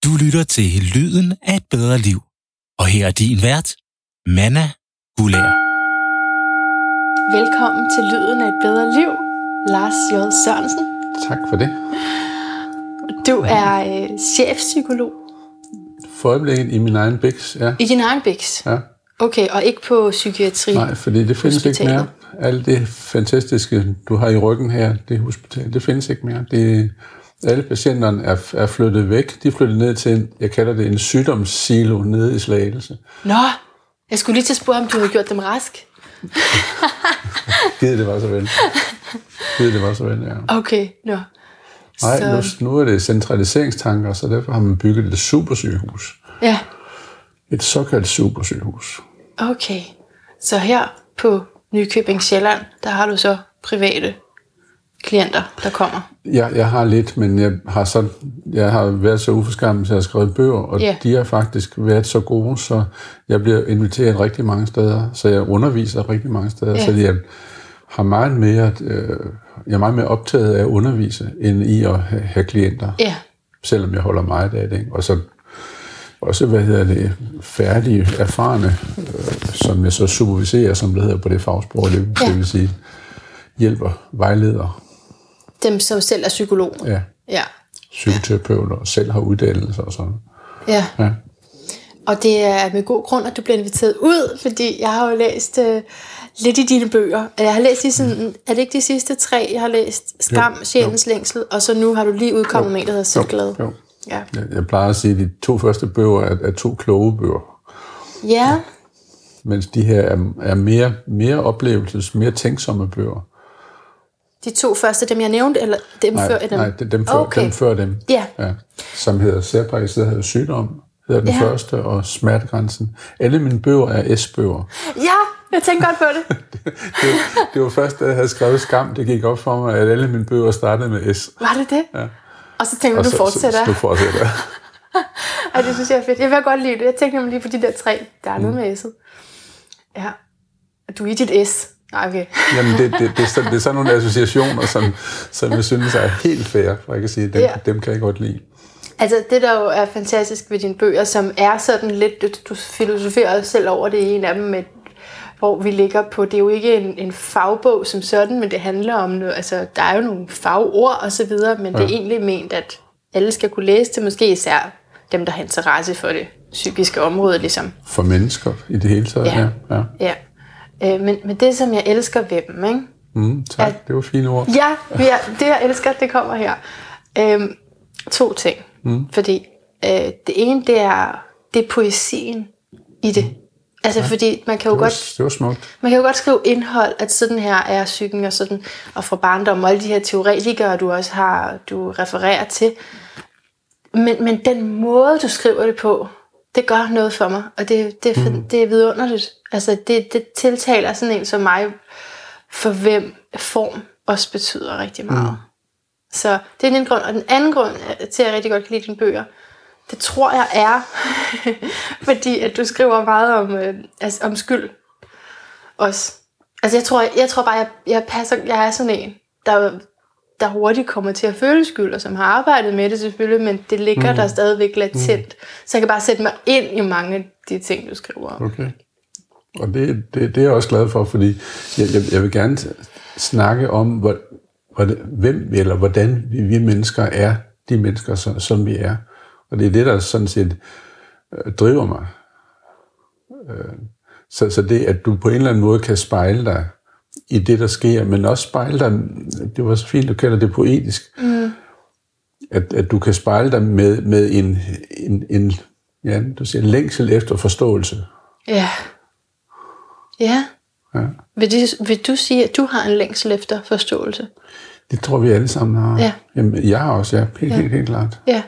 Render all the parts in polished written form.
Du lytter til Lyden af et bedre liv. Og her er din vært, Manna Guldager. Velkommen til Lyden af et bedre liv, Lars J. Sørensen. Tak for det. Du er chefpsykolog. For øjeblikket i min egen biks, ja. I din egen biks? Ja. Okay, og ikke på psykiatri? Nej, fordi det findes ikke mere. Alt det fantastiske, du har i ryggen her, det hospital, det findes ikke mere. Alle patienterne er flyttet væk. De er flyttet ned til, jeg kalder det en sygdomssilo nede i Slagelse. Nå, jeg skulle lige til at spørge, om du havde gjort dem rask. Givet det var så vel, ja. Okay, nå. Nej, nu er det centraliseringstanker, så derfor har man bygget et supersygehus. Ja. Et såkaldt supersygehus. Okay, så her på Nykøbing Sjælland, der har du så private klienter, der kommer? Jeg har lidt, men jeg har været så uforskammet, så jeg har skrevet bøger, og de har faktisk været så gode, så jeg bliver inviteret rigtig mange steder, så jeg underviser rigtig mange steder, så jeg har meget mere, jeg er meget mere optaget af at undervise, end i at have klienter, selvom jeg holder meget af det, og så også, færdige, erfarne, som jeg så superviserer, som det hedder på det fagsprog, det vil sige, hjælper, vejleder. Dem, som selv er psykolog? Ja. Psykoterapeuter, og selv har uddannelse og sådan. Ja. Og det er med god grund, at du bliver inviteret ud, fordi jeg har jo læst lidt i dine bøger. Jeg har læst er det ikke de sidste 3, jeg har læst? Skam, Sjælens Længsel, og så nu har du lige udkommet med en, der hedder Selvglad. Jo. Ja. Jeg plejer at sige, at de 2 første bøger er 2 kloge bøger. Ja. Mens de her er mere oplevelses, mere tænksomme bøger. De 2 første, dem jeg nævnte, eller dem før dem? Nej, dem før dem. Ja. Som hedder Særpræget sygdom, hedder den første, og Smertegrænsen. Alle mine bøger er S-bøger. Ja, jeg tænkte godt på det. det var først, da jeg havde skrevet Skam, det gik op for mig, at alle mine bøger startede med S. Var det det? Ja. Og så tænkte du fortsætter. Så fortsætter jeg. Ej, det synes jeg er fedt. Jeg vil godt lide det. Jeg tænkte nemlig lige på de der 3. Der er noget med S'et. Ja. Du er i dit S. Nej, okay. Jamen, det er sådan nogle associationer, som jeg synes er helt fair, for jeg kan sige, dem kan jeg godt lide. Altså, det der jo er fantastisk ved dine bøger, som er sådan lidt, du filosoferer selv over det i en af dem, med, hvor vi ligger på, det er jo ikke en fagbog som sådan, men det handler om noget, altså, der er jo nogle fagord og så videre, men det er egentlig ment, at alle skal kunne læse det, måske især dem, der har interesse for det psykiske område, ligesom. For mennesker i det hele taget, ja. Men det, som jeg elsker ved dem, ikke? Tak, det var fine ord. Ja, det jeg elsker, det kommer her. 2 ting. Fordi det ene, det er poesien i det. Altså, fordi man kan jo godt... Det var smukt. Man kan jo godt skrive indhold, at sådan her er psyken, og sådan, og fra barndom, og alle de her teoretikere, du også du refererer til. Men den måde, du skriver det på, det gør noget for mig, og det er vidunderligt. Altså, det tiltaler sådan en som mig, for hvem form også betyder rigtig meget. Så det er den grund. Og den anden grund til, at jeg rigtig godt kan lide dine bøger, det tror jeg er, fordi at du skriver meget om skyld også. Altså, jeg tror bare, jeg er sådan en, der hurtigt kommer til at føle skyld, og som har arbejdet med det selvfølgelig, men det ligger der stadigvæk latent. Så jeg kan bare sætte mig ind i mange af de ting, du skriver om. Okay. Og det er jeg også glad for, fordi jeg vil gerne snakke om, hvem eller hvordan vi mennesker er, de mennesker, som vi er. Og det er det, der sådan set driver mig. Så det, at du på en eller anden måde kan spejle dig i det, der sker, men også spejle dig, det var så fint, du kalder det poetisk, at du kan spejle dig med en du siger, længsel efter forståelse. Ja. Vil du sige, at du har en længsel efter forståelse? Det tror vi alle sammen har. Ja. Jamen, jeg har også, helt klart. Ja.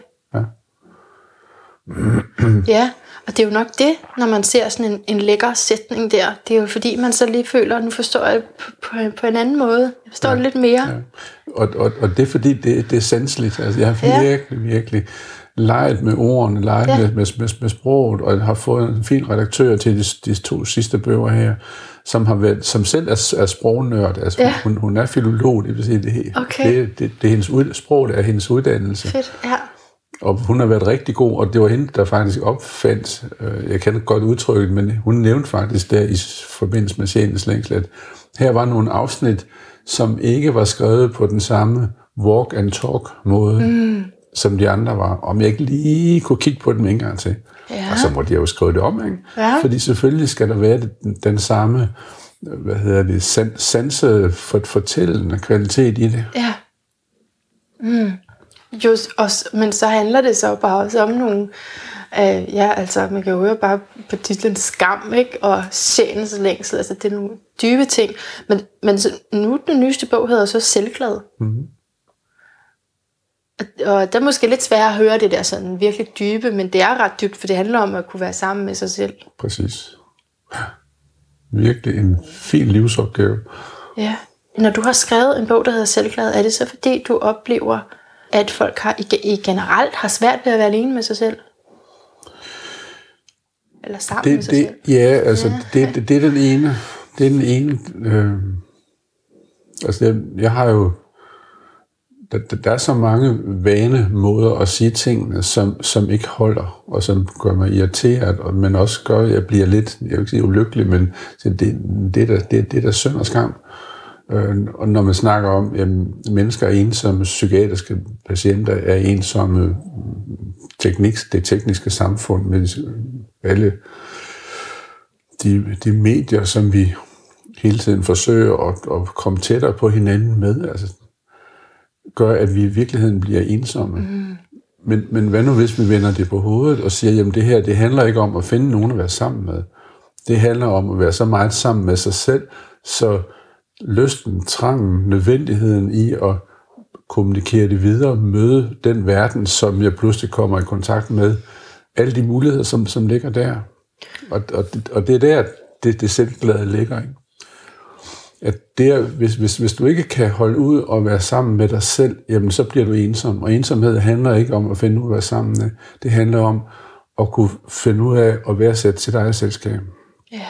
Ja, og det er jo nok det, når man ser sådan en lækker sætning der. Det er jo fordi, man så lige føler, at nu forstår jeg det på en anden måde. Jeg forstår det lidt mere. Ja. Og det er fordi, det er sanseligt. Altså, jeg har virkelig leget med ordene, leget med sproget, og har fået en fin redaktør til de 2 sidste bøger her, som selv er sprognørd. Altså, hun er filolog, det vil sige, det er hendes sprog, det er hendes uddannelse. Fedt, ja. Og hun har været rigtig god, og det var hende, der faktisk opfandt, jeg kan godt udtrykke, men hun nævnte faktisk der i forbindelse med Sjælens Længsel, at her var nogle afsnit, som ikke var skrevet på den samme walk and talk måde, som de andre var. Om jeg ikke lige kunne kigge på dem en gang til. Ja. Og så måtte jeg jo skrive det om, ikke? Ja. Fordi selvfølgelig skal der være den samme, sansefortællende kvalitet i det. Ja. Just også, men så handler det så bare også om nogle, man kan jo høre bare på titlen Skam, ikke? Og Sjælens Længsel, altså det er nogle dybe ting. Men nu den nyeste bog hedder så Selvglad. Mm-hmm. Og det er måske lidt svært at høre det der sådan virkelig dybe, men det er ret dybt, for det handler om at kunne være sammen med sig selv. Præcis. Virkelig en fin livsopgave. Ja. Når du har skrevet en bog, der hedder Selvglad, er det så fordi, du oplever, at folk generelt har svært ved at være alene med sig selv? Eller sammen med sig selv? Ja, altså det er den ene. Det er den ene. Jeg har jo... Der er så mange vanemåder at sige tingene, som ikke holder, og som gør mig irriteret, men også gør, at jeg bliver lidt, jeg vil ikke sige ulykkelig, men det er der synd og skam. Og når man snakker om, at mennesker er ensomme, psykiatriske patienter er ensomme, det tekniske samfund med alle de medier, som vi hele tiden forsøger at komme tættere på hinanden med, altså gør, at vi i virkeligheden bliver ensomme. Men hvad nu, hvis vi vender det på hovedet og siger, jamen det her, det handler ikke om at finde nogen at være sammen med. Det handler om at være så meget sammen med sig selv, så lysten, trangen, nødvendigheden i at kommunikere det videre, møde den verden, som jeg pludselig kommer i kontakt med, alle de muligheder, som ligger der. Og det er der, det selvglade ligger, ikke? At hvis du ikke kan holde ud og være sammen med dig selv, jamen så bliver du ensom. Og ensomhed handler ikke om at finde ud af at være sammen med. Det handler om at kunne finde ud af at værdsætte sit eget selskab. Ja.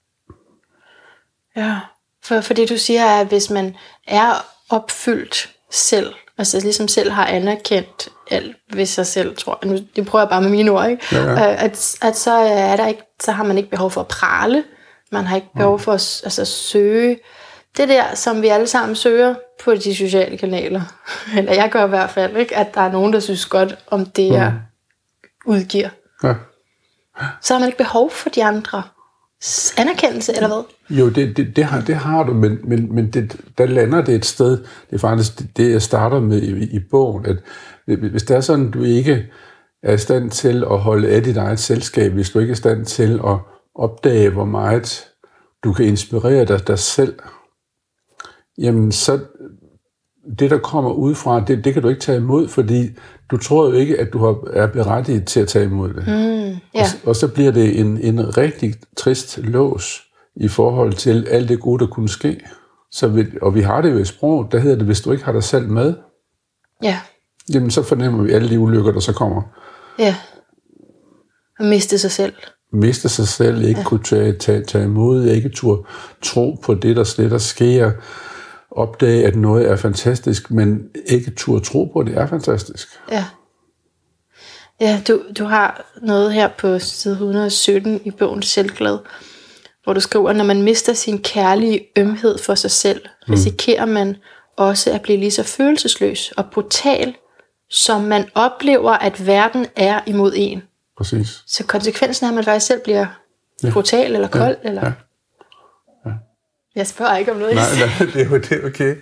Ja. For det du siger er, at hvis man er opfyldt selv, altså ligesom selv har anerkendt alt ved sig selv, tror jeg, nu, det prøver jeg bare med mine ord, ikke? Ja. At så er der ikke, så har man ikke behov for at prale, man har ikke behov for at søge det der, som vi alle sammen søger på de sociale kanaler, eller jeg gør i hvert fald, ikke? At der er nogen, der synes godt om det, jeg udgiver. Ja. Så har man ikke behov for de andre anerkendelse, eller hvad? Jo, det har du, men der lander det et sted. Det er faktisk det, jeg starter med i bogen, at hvis det er sådan, du ikke er i stand til at holde af dit eget selskab, hvis du ikke er i stand til at opdage, hvor meget du kan inspirere dig selv, jamen så det, der kommer udefra, det kan du ikke tage imod, fordi du tror jo ikke, at du er berettiget til at tage imod det. Yeah. Og så bliver det en rigtig trist lås i forhold til alt det gode, der kunne ske. Og vi har det jo i sprog, der hedder det, hvis du ikke har dig selv med, jamen så fornemmer vi alle de ulykker, der så kommer. Ja. Og miste sig selv. Miste sig selv, ikke kunne tage imod, ikke turde tro på det, der sker, opdage, at noget er fantastisk, men ikke turde tro på, at det er fantastisk. Ja. Ja, du har noget her på side 117 i bogen Selvglad, hvor du skriver, når man mister sin kærlige ømhed for sig selv, risikerer man også at blive lige så følelsesløs og brutal, som man oplever, at verden er imod en. Præcis. Så konsekvensen er, at man faktisk selv bliver brutal eller kold, eller... Ja. Jeg spørger ikke om noget. Nej, det er okay.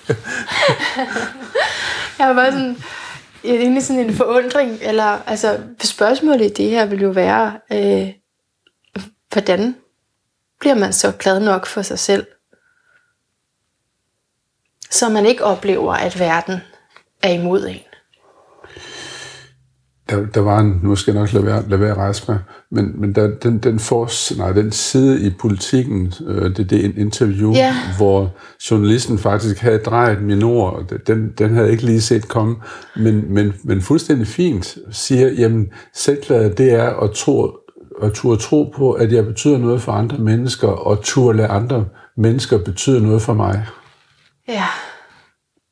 Jeg var bare sådan, egentlig sådan en forundring, eller altså spørgsmålet i det her vil jo være, hvordan bliver man så glad nok for sig selv, så man ikke oplever, at verden er imod en? Der var nu skal jeg nok lade være at rejse mig, men der, den side i Politikken, det interview, hvor journalisten faktisk havde drejet mine ord, den havde jeg ikke lige set komme, men fuldstændig fint siger, jamen selvglad, det er at turde tro på, at jeg betyder noget for andre mennesker, og turde lade andre mennesker betyde noget for mig. Ja.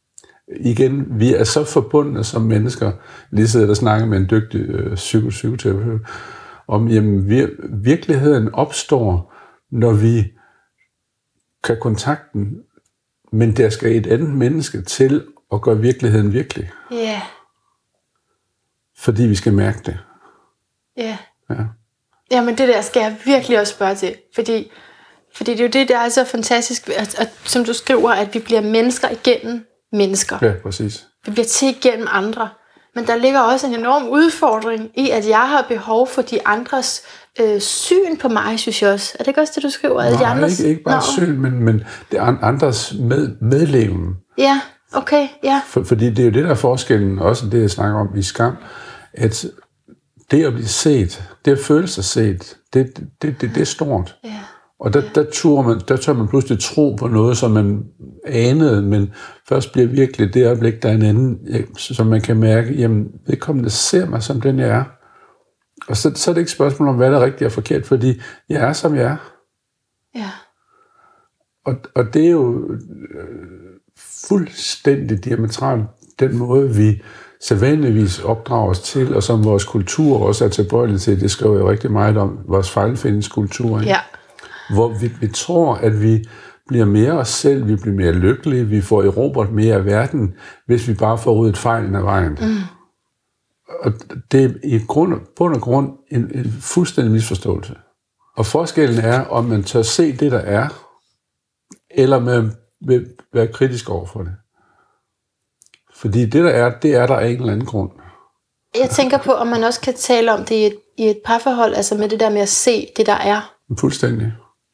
igen, vi er så forbundne som mennesker. Lige sidder der og snakker med en dygtig psykoterapeut om, jamen virkeligheden opstår, når vi kan kontakten, men der skal et andet menneske til at gøre virkeligheden virkelig. Ja. Yeah. Fordi vi skal mærke det. Ja. Ja. Jamen det der skal jeg virkelig også spørge til, fordi det er jo det, der er så fantastisk, at som du skriver, at vi bliver mennesker igennem mennesker. Ja, præcis. Vi bliver til igennem andre. Men der ligger også en enorm udfordring i, at jeg har behov for de andres syn på mig, synes jeg også. Er det ikke også det, du skriver? Nej, de andres... ikke bare syn, men det er andres medleven. Ja, okay, ja. Fordi det er jo det, der er forskellen, også det, jeg snakker om i skam, at det at blive set, det at føle sig set, det er stort. Ja. Og der tør man pludselig tro på noget, som man anede, men først bliver virkelig det øjeblik, der er en anden, som man kan mærke, jamen, vedkommende ser mig, som den jeg er. Og så er det ikke et spørgsmål om, hvad der er rigtigt og forkert, fordi jeg er, som jeg er. Ja. Og det er jo fuldstændig diametralt den måde, vi sædvanligvis opdrager os til, og som vores kultur også er tilbøjelig til. Det skriver jeg rigtig meget om, vores fejlfindelseskultur. Ja. Hvor vi tror, at vi bliver mere os selv, vi bliver mere lykkelige, vi får erobret mere af verden, hvis vi bare får ryddet fejlen af vejen. Mm. Og det er i bund og grund en fuldstændig misforståelse. Og forskellen er, om man tør se det, der er, eller man vil være kritisk over for det. Fordi det, der er, det er der af en eller anden grund. Jeg tænker på, om man også kan tale om det i et parforhold, altså med det der med at se det, der er. Fuldstændig.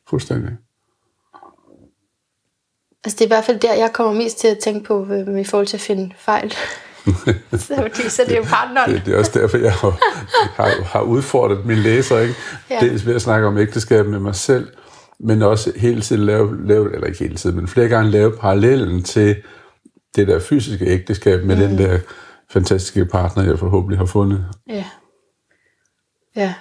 Altså det er i hvert fald der, jeg kommer mest til at tænke på i forhold til at finde fejl. så det er jo partneren. Det er også derfor, jeg har udfordret mine læsere, ikke? Ja. Dels ved at snakke om ægteskab med mig selv, men også hele tiden lave, eller ikke hele tiden, men flere gange lave parallellen til det der fysiske ægteskab med den der fantastiske partner, jeg forhåbentlig har fundet. Ja. Ja.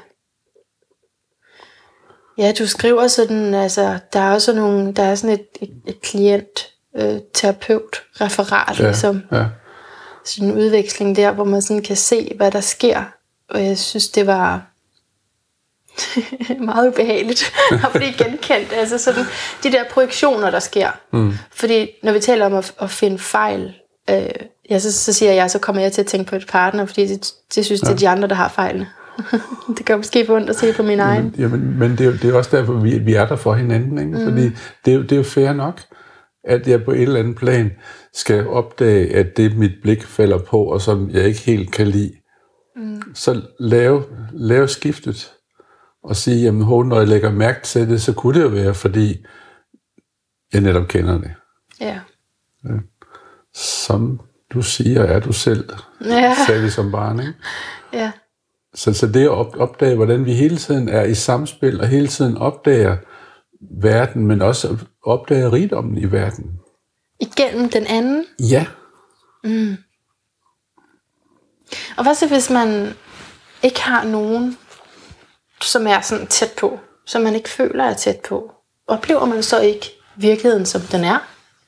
Ja, du skriver sådan, altså, der er sådan et klient-terapeut-referat, ligesom. Ja. Sådan en udveksling der, hvor man sådan kan se, hvad der sker. Og jeg synes, det var meget ubehageligt at blive genkendt. Altså sådan, de der projektioner, der sker. Mm. Fordi når vi taler om at finde fejl, så siger jeg, så kommer jeg til at tænke på et partner, fordi det synes, det er de andre, der har fejlene. Det kan måske få ondt at se på min egen. Men det er også derfor, vi er der for hinanden. Ikke? Mm. Fordi det er jo fair nok, at jeg på et eller andet plan skal opdage, at det mit blik falder på, og som jeg ikke helt kan lide. Mm. Så lave skiftet, og sige, jamen når jeg lægger mærke til det, så kunne det jo være, fordi jeg netop kender det. Ja. Som du siger, er du selv, sagde vi som barn, ikke? Ja. Så det at opdage, hvordan vi hele tiden er i samspil, og hele tiden opdager verden, men også opdager rigdommen i verden. Igennem den anden? Ja. Mm. Og hvad så, hvis man ikke har nogen, som er sådan tæt på, som man ikke føler er tæt på? Oplever man så ikke virkeligheden, som den er?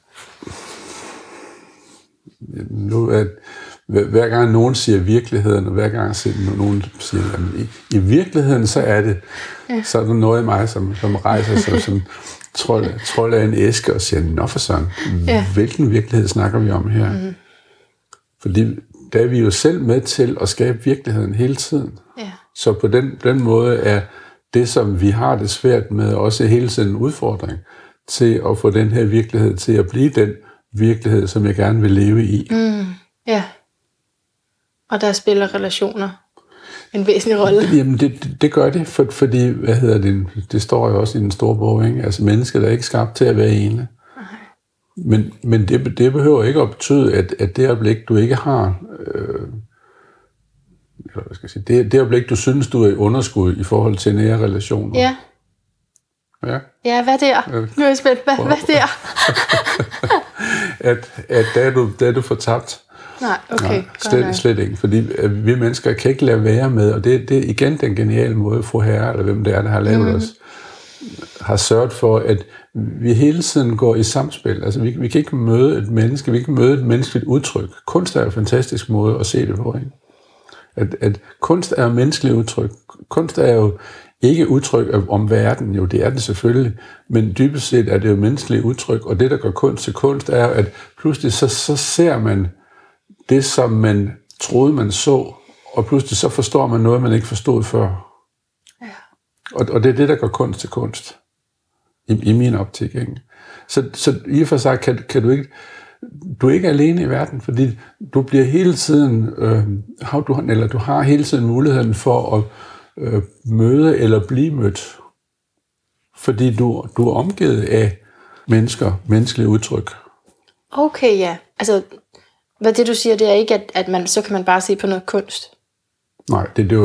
Nu er hver gang nogen siger virkeligheden, og hver gang nogen siger, jamen, i virkeligheden, så er det, så er der noget i mig, som rejser sig som trold af en æske og siger, nå for sådan, hvilken virkelighed snakker vi om her? Mm. Fordi der er vi jo selv med til at skabe virkeligheden hele tiden. Ja. Så på den måde er det, som vi har det svært med, også hele tiden en udfordring til at få den her virkelighed til at blive den virkelighed, som jeg gerne vil leve i. Mm. Ja. Og der spiller relationer en væsentlig rolle. Jamen, det gør det, fordi, det står jo også i den store bog, ikke? Altså, mennesket er ikke skabt til at være ene. Okay. Men det behøver ikke at betyde, at det øjeblik, du ikke har, eller hvad skal jeg sige, det øjeblik, du synes, du er i underskud i forhold til nære relationer. Ja. Ja. Ja, hvad der? Nu er jeg spændt. Hvad der? at der er du fortabt. Nej, okay. Nej, slet ikke, fordi vi mennesker kan ikke lade være med, og det er igen den geniale måde, fru Herre, eller hvem det er, der har lavet os, har sørget for, at vi hele tiden går i samspil. Altså, vi kan ikke møde et menneske, vi kan ikke møde et menneskeligt udtryk. Kunst er jo en fantastisk måde at se det på, ikke? At kunst er jo menneskeligt udtryk. Kunst er jo ikke udtryk om verden, jo det er det selvfølgelig, men dybest set er det jo menneskeligt udtryk, og det, der gør kunst til kunst, er jo, at pludselig så ser man det, som man troede, man så, og pludselig så forstår man noget, man ikke forstod før. Ja. Og det er det, der gør kunst til kunst. I min optik, ikke? Så i og for sig kan du ikke... Du er ikke alene i verden, fordi du bliver hele tiden... du har hele tiden muligheden for at møde eller blive mødt. Fordi du er omgivet af menneskelige udtryk. Okay, ja. Altså, hvad det du siger, det er ikke, at man, så kan man bare se på noget kunst. Nej, det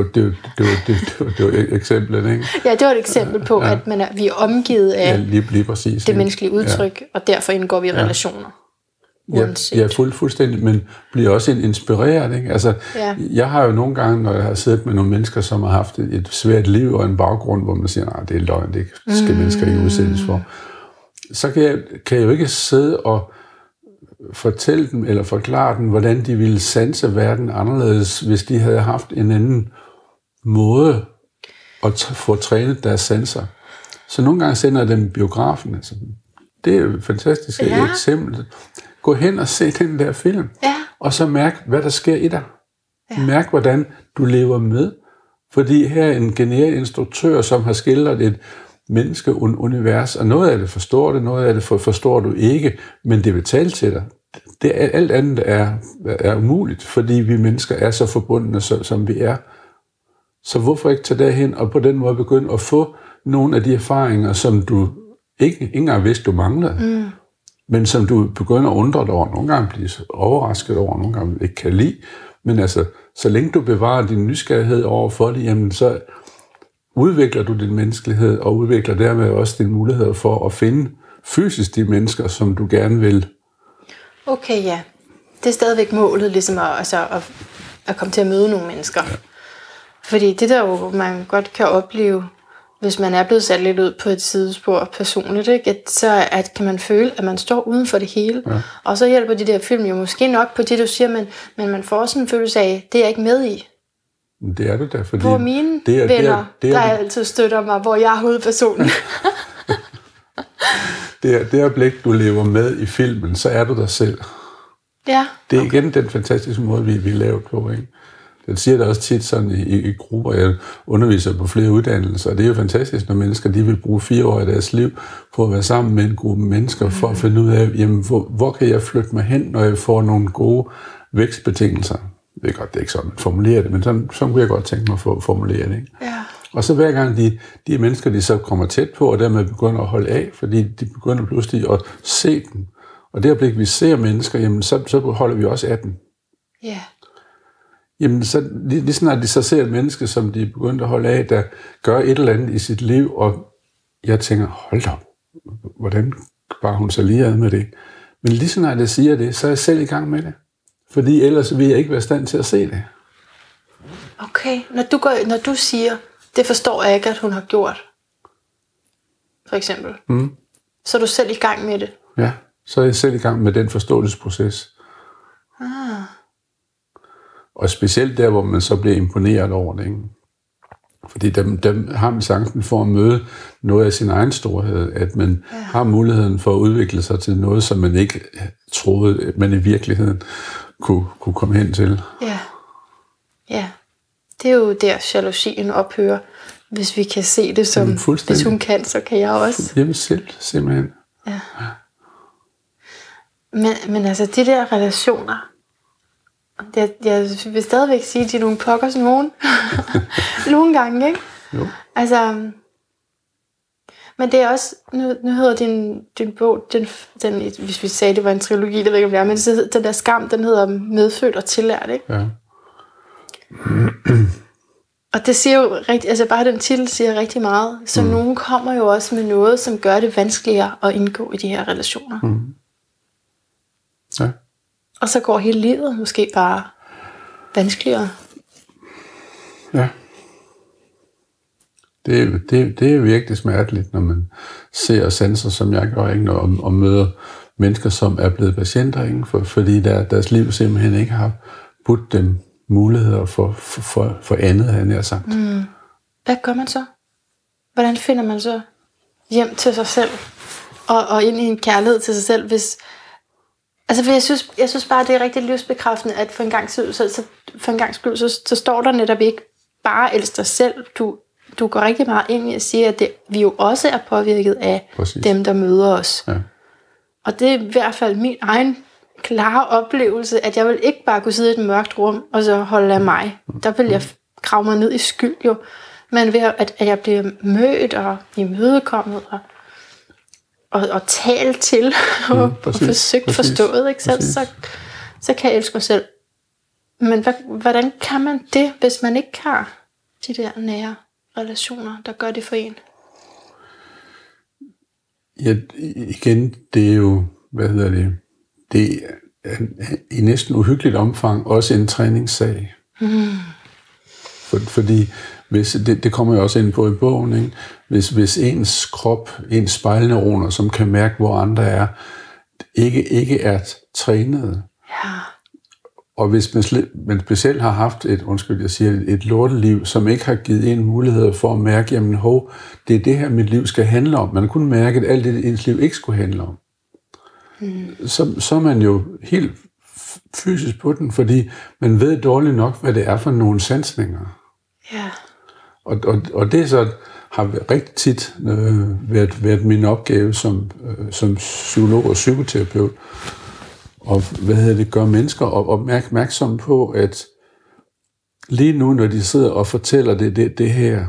var et eksempel, ikke? Ja, det var et eksempel på, at vi er omgivet af lige præcis, det menneskelige udtryk, og derfor indgår vi i relationer. Ja, fuldstændig, men bliver også inspireret, ikke? Altså, jeg har jo nogle gange, når jeg har siddet med nogle mennesker, som har haft et svært liv og en baggrund, hvor man siger, nej, det er løgn, det skal mennesker ikke udsættes for. Så kan jeg jo ikke sidde og fortælle dem eller forklare dem, hvordan de ville sanse verden anderledes, hvis de havde haft en anden måde at få trænet deres sanser. Så nogle gange sender jeg dem biografen. Altså, det er jo et fantastisk eksempel. Gå hen og se den der film, og så mærk, hvad der sker i dig. Ja. Mærk, hvordan du lever med. Fordi her er en genial instruktør, som har skildret et menneskeunivers, og noget af det forstår det, noget af det forstår du ikke, men det vil tale til dig. Alt andet er umuligt, fordi vi mennesker er så forbundne, som vi er. Så hvorfor ikke tage derhen og på den måde begynde at få nogle af de erfaringer, som du ikke engang vidste, du manglede, men som du begynder at undre dig over, nogle gange blive overrasket over, nogle gange ikke kan lide. Men altså, så længe du bevarer din nysgerrighed over for det, jamen så udvikler du din menneskelighed, og udvikler dermed også dine muligheder for at finde fysisk de mennesker, som du gerne vil. Okay, ja. Det er stadigvæk målet, ligesom at komme til at møde nogle mennesker. Ja. Fordi det der jo, man godt kan opleve, hvis man er blevet sat lidt ud på et sidespor personligt, ikke? Kan man føle, at man står uden for det hele. Ja. Og så hjælper de der film jo måske nok på det, du siger, men man får sådan en følelse af, det er jeg ikke med i. Det er du da, fordi... Hvor mine venner, der altid støtter mig, hvor jeg er hovedpersonen. Det øjeblik, du lever med i filmen, så er du dig selv. Ja. Det er igen den fantastiske måde, vi laver på, ikke? Jeg siger det også tit sådan i grupper, jeg underviser på flere uddannelser, og det er jo fantastisk, når mennesker de vil bruge 4 år af deres liv på at være sammen med en gruppe mennesker, for at finde ud af, jamen, hvor kan jeg flytte mig hen, når jeg får nogle gode vækstbetingelser. Det er godt, det er ikke sådan, man formulerer det, men sådan kunne jeg godt tænke mig at formulere det. Ikke? Ja. Og så hver gang de mennesker, de så kommer tæt på, og dermed begynder at holde af, fordi de begynder pludselig at se dem. Og det øjeblik, vi ser mennesker, jamen, så holder vi også af dem. Ja. Jamen, så lige snart de så ser et menneske, som de begynder at holde af, der gør et eller andet i sit liv, og jeg tænker, hold da, hvordan var hun så lige ad med det? Men lige snart jeg siger det, så er jeg selv i gang med det. Fordi ellers vil jeg ikke være i stand til at se det. Okay, når du siger, det forstår jeg ikke, at hun har gjort, for eksempel, så er du selv i gang med det? Ja, så er jeg selv i gang med den forståelsesproces. Ah. Og specielt der, hvor man så bliver imponeret over det, ikke? Fordi dem har man chancen for at møde noget af sin egen storhed, at man har muligheden for at udvikle sig til noget, som man ikke troede, man i virkeligheden kunne komme hen til. Ja. Ja. Det er jo der, jalousien ophører. Hvis vi kan se det som, hvis hun kan, så kan jeg også. Jamen selv, simpelthen. Ja. Men altså, de der relationer, jeg vil stadigvæk sige, at de er nogle pokkers nogen. Nogle gange, ikke? Jo. Altså, men det er også, nu hedder din bog, den, hvis vi sagde, det var en trilogi, det ved jeg ikke, om det er, men den der skam, den hedder Medfødt og tillært, ikke? Ja. Og det siger jo rigtig, altså bare den titel siger rigtig meget. Så nogen kommer jo også med noget, som gør det vanskeligere at indgå i de her relationer. Ja. Og så går hele livet måske bare vanskeligere. Ja. Det er virkelig smerteligt, når man ser og sanser, som jeg gør, ikke? Og møder mennesker, som er blevet patienter, ikke? Fordi deres liv simpelthen ikke har budt dem muligheder for andet, han har sagt. Hvad gør man så? Hvordan finder man så hjem til sig selv? Og ind i en kærlighed til sig selv, hvis... Altså, for jeg synes bare, det er rigtig livsbekræftende, at for en gang skyld, så står der netop ikke bare elsk dig selv. Du går rigtig meget ind i at sige, at vi jo også er påvirket af dem, der møder os. Ja. Og det er i hvert fald min egen klare oplevelse, at jeg vil ikke bare kunne sidde i et mørkt rum, og så holde af mig. Der vil jeg grave mig ned i skyld jo. Men ved at jeg bliver mødt og imødekommet og talt til og forsøgt forstået, ikke? Så kan jeg elske mig selv. Men hvordan kan man det, hvis man ikke har de der nære relationer, der gør det for en? Ja, igen, det er jo, det er i næsten uhyggeligt omfang også en træningssag. Fordi det kommer jeg også ind på i bogen, ikke? Hvis ens krop, ens spejlneuroner, som kan mærke, hvor andre er, ikke er trænet, og hvis man specielt har haft et lorteliv, som ikke har givet en mulighed for at mærke, jamen det er det her, mit liv skal handle om. Man kunne mærke, at alt det, ens liv ikke skulle handle om. Så er man jo helt fysisk på den, fordi man ved dårligt nok, hvad det er for nogle sansninger. Ja. Og det så har rigtig tit været min opgave som psykolog og psykoterapeut, og gør mennesker opmærksomme på, at lige nu, når de sidder og fortæller det her,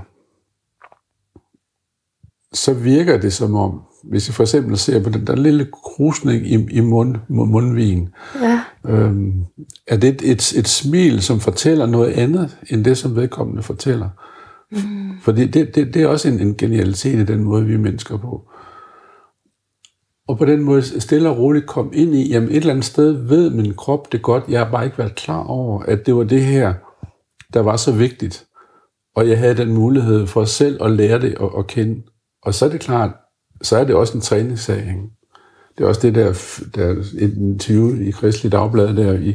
så virker det som om, hvis I for eksempel ser på den der lille krusning i mundvigen, er det et smil, som fortæller noget andet, end det, som vedkommende fortæller. Fordi det er også en genialitet i den måde, vi er mennesker på. Og på den måde stille og roligt kom ind i, jamen et eller andet sted ved min krop det godt, jeg har bare ikke været klar over, at det var det her, der var så vigtigt. Og jeg havde den mulighed for selv at lære det at kende. Og så er det klart, så er det også en træningssag. Ikke? Det er også det der et interview i Kristelig Dagblad der,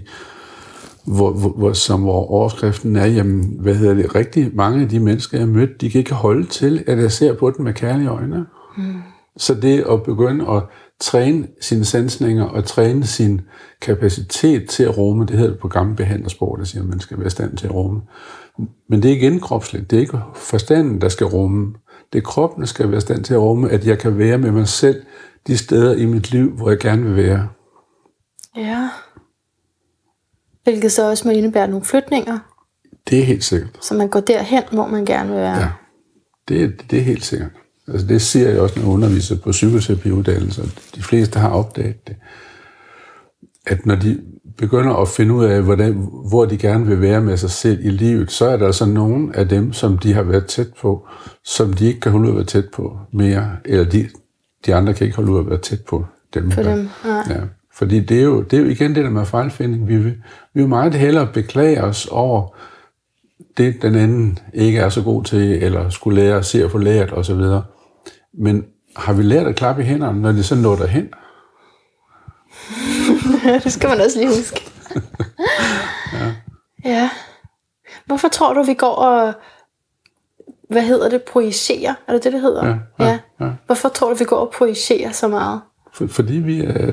hvor overskriften er, jamen, rigtig mange af de mennesker, jeg mødte, de kan ikke holde til, at jeg ser på dem med kærlige øjne. Så det at begynde at træne sine sansninger og træne sin kapacitet til at rumme, det hedder det på gammel behandlersprog, der siger, at man skal være i stand til at rumme. Men det er ikke indkropsligt, det er ikke forstanden, der skal rumme. Det er kroppen, der skal være i stand til at rumme, at jeg kan være med mig selv de steder i mit liv, hvor jeg gerne vil være. Ja. Hvilket så også må indebære nogle flytninger. Det er helt sikkert. Så man går derhen, hvor man gerne vil være. Ja, det er helt sikkert. Altså det ser jeg også, når jeg underviser på psykoterapiuddannelser. De fleste har opdaget det. At når de begynder at finde ud af, hvor de gerne vil være med sig selv i livet, så er der altså nogle af dem, som de har været tæt på, som de ikke kan holde ud at være tæt på mere. Eller de andre kan ikke holde ud at være tæt på dem. For dem, nej. Ja. Fordi det er jo igen det der med fejlfinding. Vi vil meget hellere beklage os over det, den anden ikke er så god til, eller skulle lære at se og få lært osv. Men har vi lært at klappe i hænderne, når de så når derhen? Det skal man også lige huske. Ja. Hvorfor tror du, vi går og projicerer? Er det det hedder? Ja. Hvorfor tror du, vi går og projicerer så meget? Fordi vi er,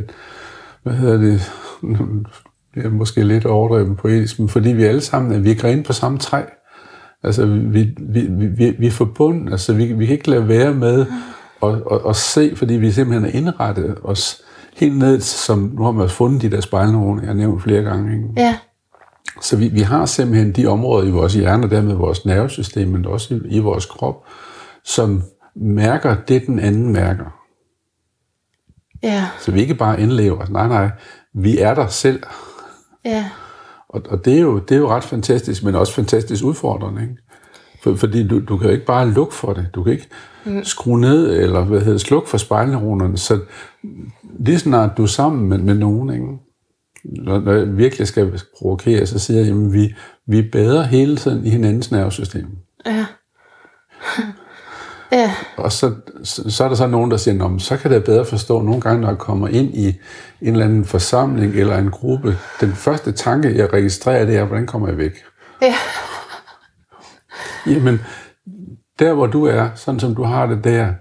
det er måske lidt overdrevet poetisk, men fordi vi alle sammen, vi er grene på samme træ. Altså, vi er forbundet, altså vi kan ikke lade være med at se, fordi vi simpelthen er indrettet os helt ned, som nu har man fundet de der spejlneuroner, jeg har nævnt flere gange. Ikke? Ja. Så vi har simpelthen de områder i vores hjerne, og dermed vores nervesystem, men også i vores krop, som mærker det, den anden mærker. Ja. Så vi ikke bare indlever. Nej, vi er der selv. Ja. Og det er jo ret fantastisk, men også fantastisk udfordrende, ikke? Fordi du kan jo ikke bare lukke for det. Du kan ikke skrue ned, eller slukke for spejlneuronerne. Så lige snart du er sammen med nogen, ikke? Når jeg virkelig skal provokere, så siger jeg, jamen vi er bedre hele tiden i hinandens nervesystem. Ja. Ja. Og så er der så nogen, der siger, så kan det bedre forstå nogle gange, når jeg kommer ind i en eller anden forsamling eller en gruppe. Den første tanke, jeg registrerer, det er, hvordan kommer jeg væk? Ja. Jamen, der hvor du er, sådan som du har det der,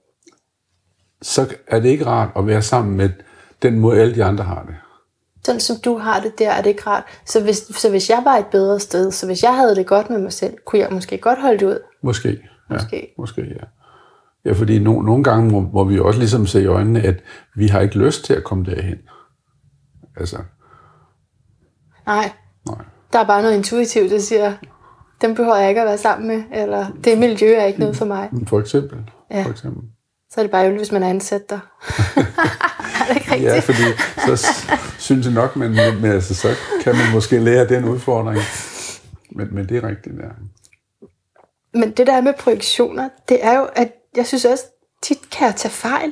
så er det ikke rart at være sammen med den måde, alle de andre har det. Sådan som du har det der, er det ikke rart. Så hvis jeg var et bedre sted, så hvis jeg havde det godt med mig selv, kunne jeg måske godt holde det ud? Måske, ja. Ja, fordi nogle gange må vi også ligesom se i øjnene, at vi har ikke lyst til at komme derhen. Altså. Nej. Der er bare noget intuitivt, der siger, dem behøver jeg ikke at være sammen med, eller det miljø er ikke noget for mig. For eksempel. Så er det bare jo, hvis man er ansat der. Er det ikke rigtigt? Ja, fordi så synes jeg nok, men altså, så kan man måske lære den udfordring. Men det er rigtigt, ja. Men det der med projektioner, det er jo, at jeg synes også, tit kan jeg tage fejl.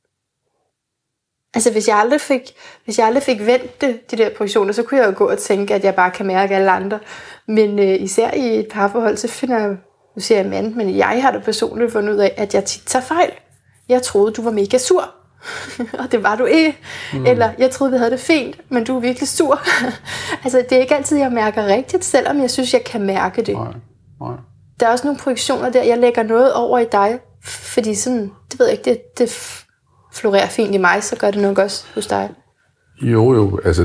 Altså hvis jeg aldrig fik vendt de der projektioner, så kunne jeg jo gå og tænke, at jeg bare kan mærke alle andre. Men især i et parforhold, så finder jeg, nu siger jeg mand, men jeg har da personligt fundet ud af, at jeg tit tager fejl. Jeg troede, du var mega sur, og det var du ikke. Eller jeg troede, vi havde det fint, men du er virkelig sur. Altså det er ikke altid, jeg mærker rigtigt, selvom jeg synes, jeg kan mærke det. Nej. Der er også nogle projektioner der, jeg lægger noget over i dig, fordi sådan, det ved jeg ikke, det florerer fint i mig, så gør det nok også hos dig. Jo, altså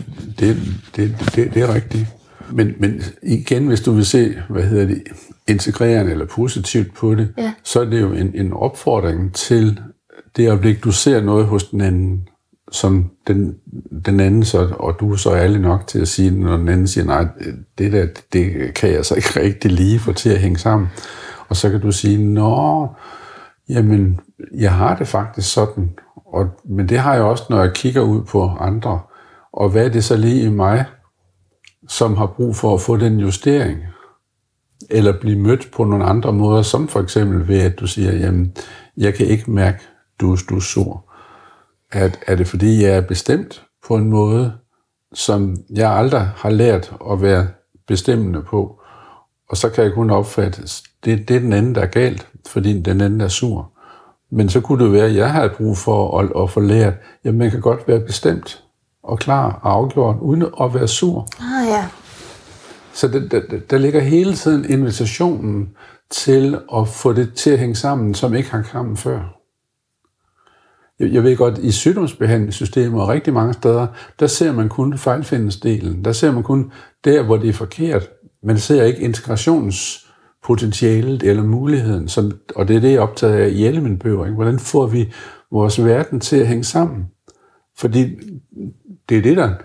det er rigtigt. Men igen, hvis du vil se, integrerende eller positivt på det, så er det jo en opfordring til det øjeblik, du ser noget hos den anden, som den anden så, og du er så ærlig nok til at sige, når den anden siger, nej, det kan jeg så ikke rigtig lige få til at hænge sammen. Og så kan du sige, jamen, jeg har det faktisk sådan, men det har jeg også, når jeg kigger ud på andre. Og hvad er det så lige i mig, som har brug for at få den justering? Eller blive mødt på nogle andre måder, som for eksempel ved, at du siger, jamen, jeg kan ikke mærke, du er sur. Er det fordi, jeg er bestemt på en måde, som jeg aldrig har lært at være bestemmende på? Og så kan jeg kun opfatte, det er den anden, der er galt, fordi den anden er sur. Men så kunne det være, at jeg havde brug for at få lært, at man kan godt være bestemt og klar og afgjort, uden at være sur. Ja. Så der ligger hele tiden invitationen til at få det til at hænge sammen, som ikke hang sammen før. Jeg ved godt, i sygdomsbehandlingssystemer og rigtig mange steder, der ser man kun fejlfindelsesdelen. Der ser man kun der, hvor det er forkert. Man ser ikke integrationspotentialet eller muligheden, og det er det, jeg er optaget af i alle mine bøger. Ikke? Hvordan får vi vores verden til at hænge sammen? Fordi det er det, der,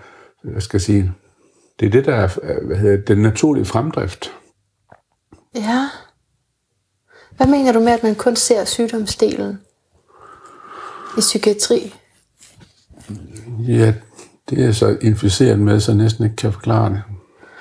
det er det, der er den naturlige fremdrift. Ja. Hvad mener du med, at man kun ser sygdomsdelen i psykiatri? Ja, det er så inficeret med, så jeg næsten ikke kan forklare det.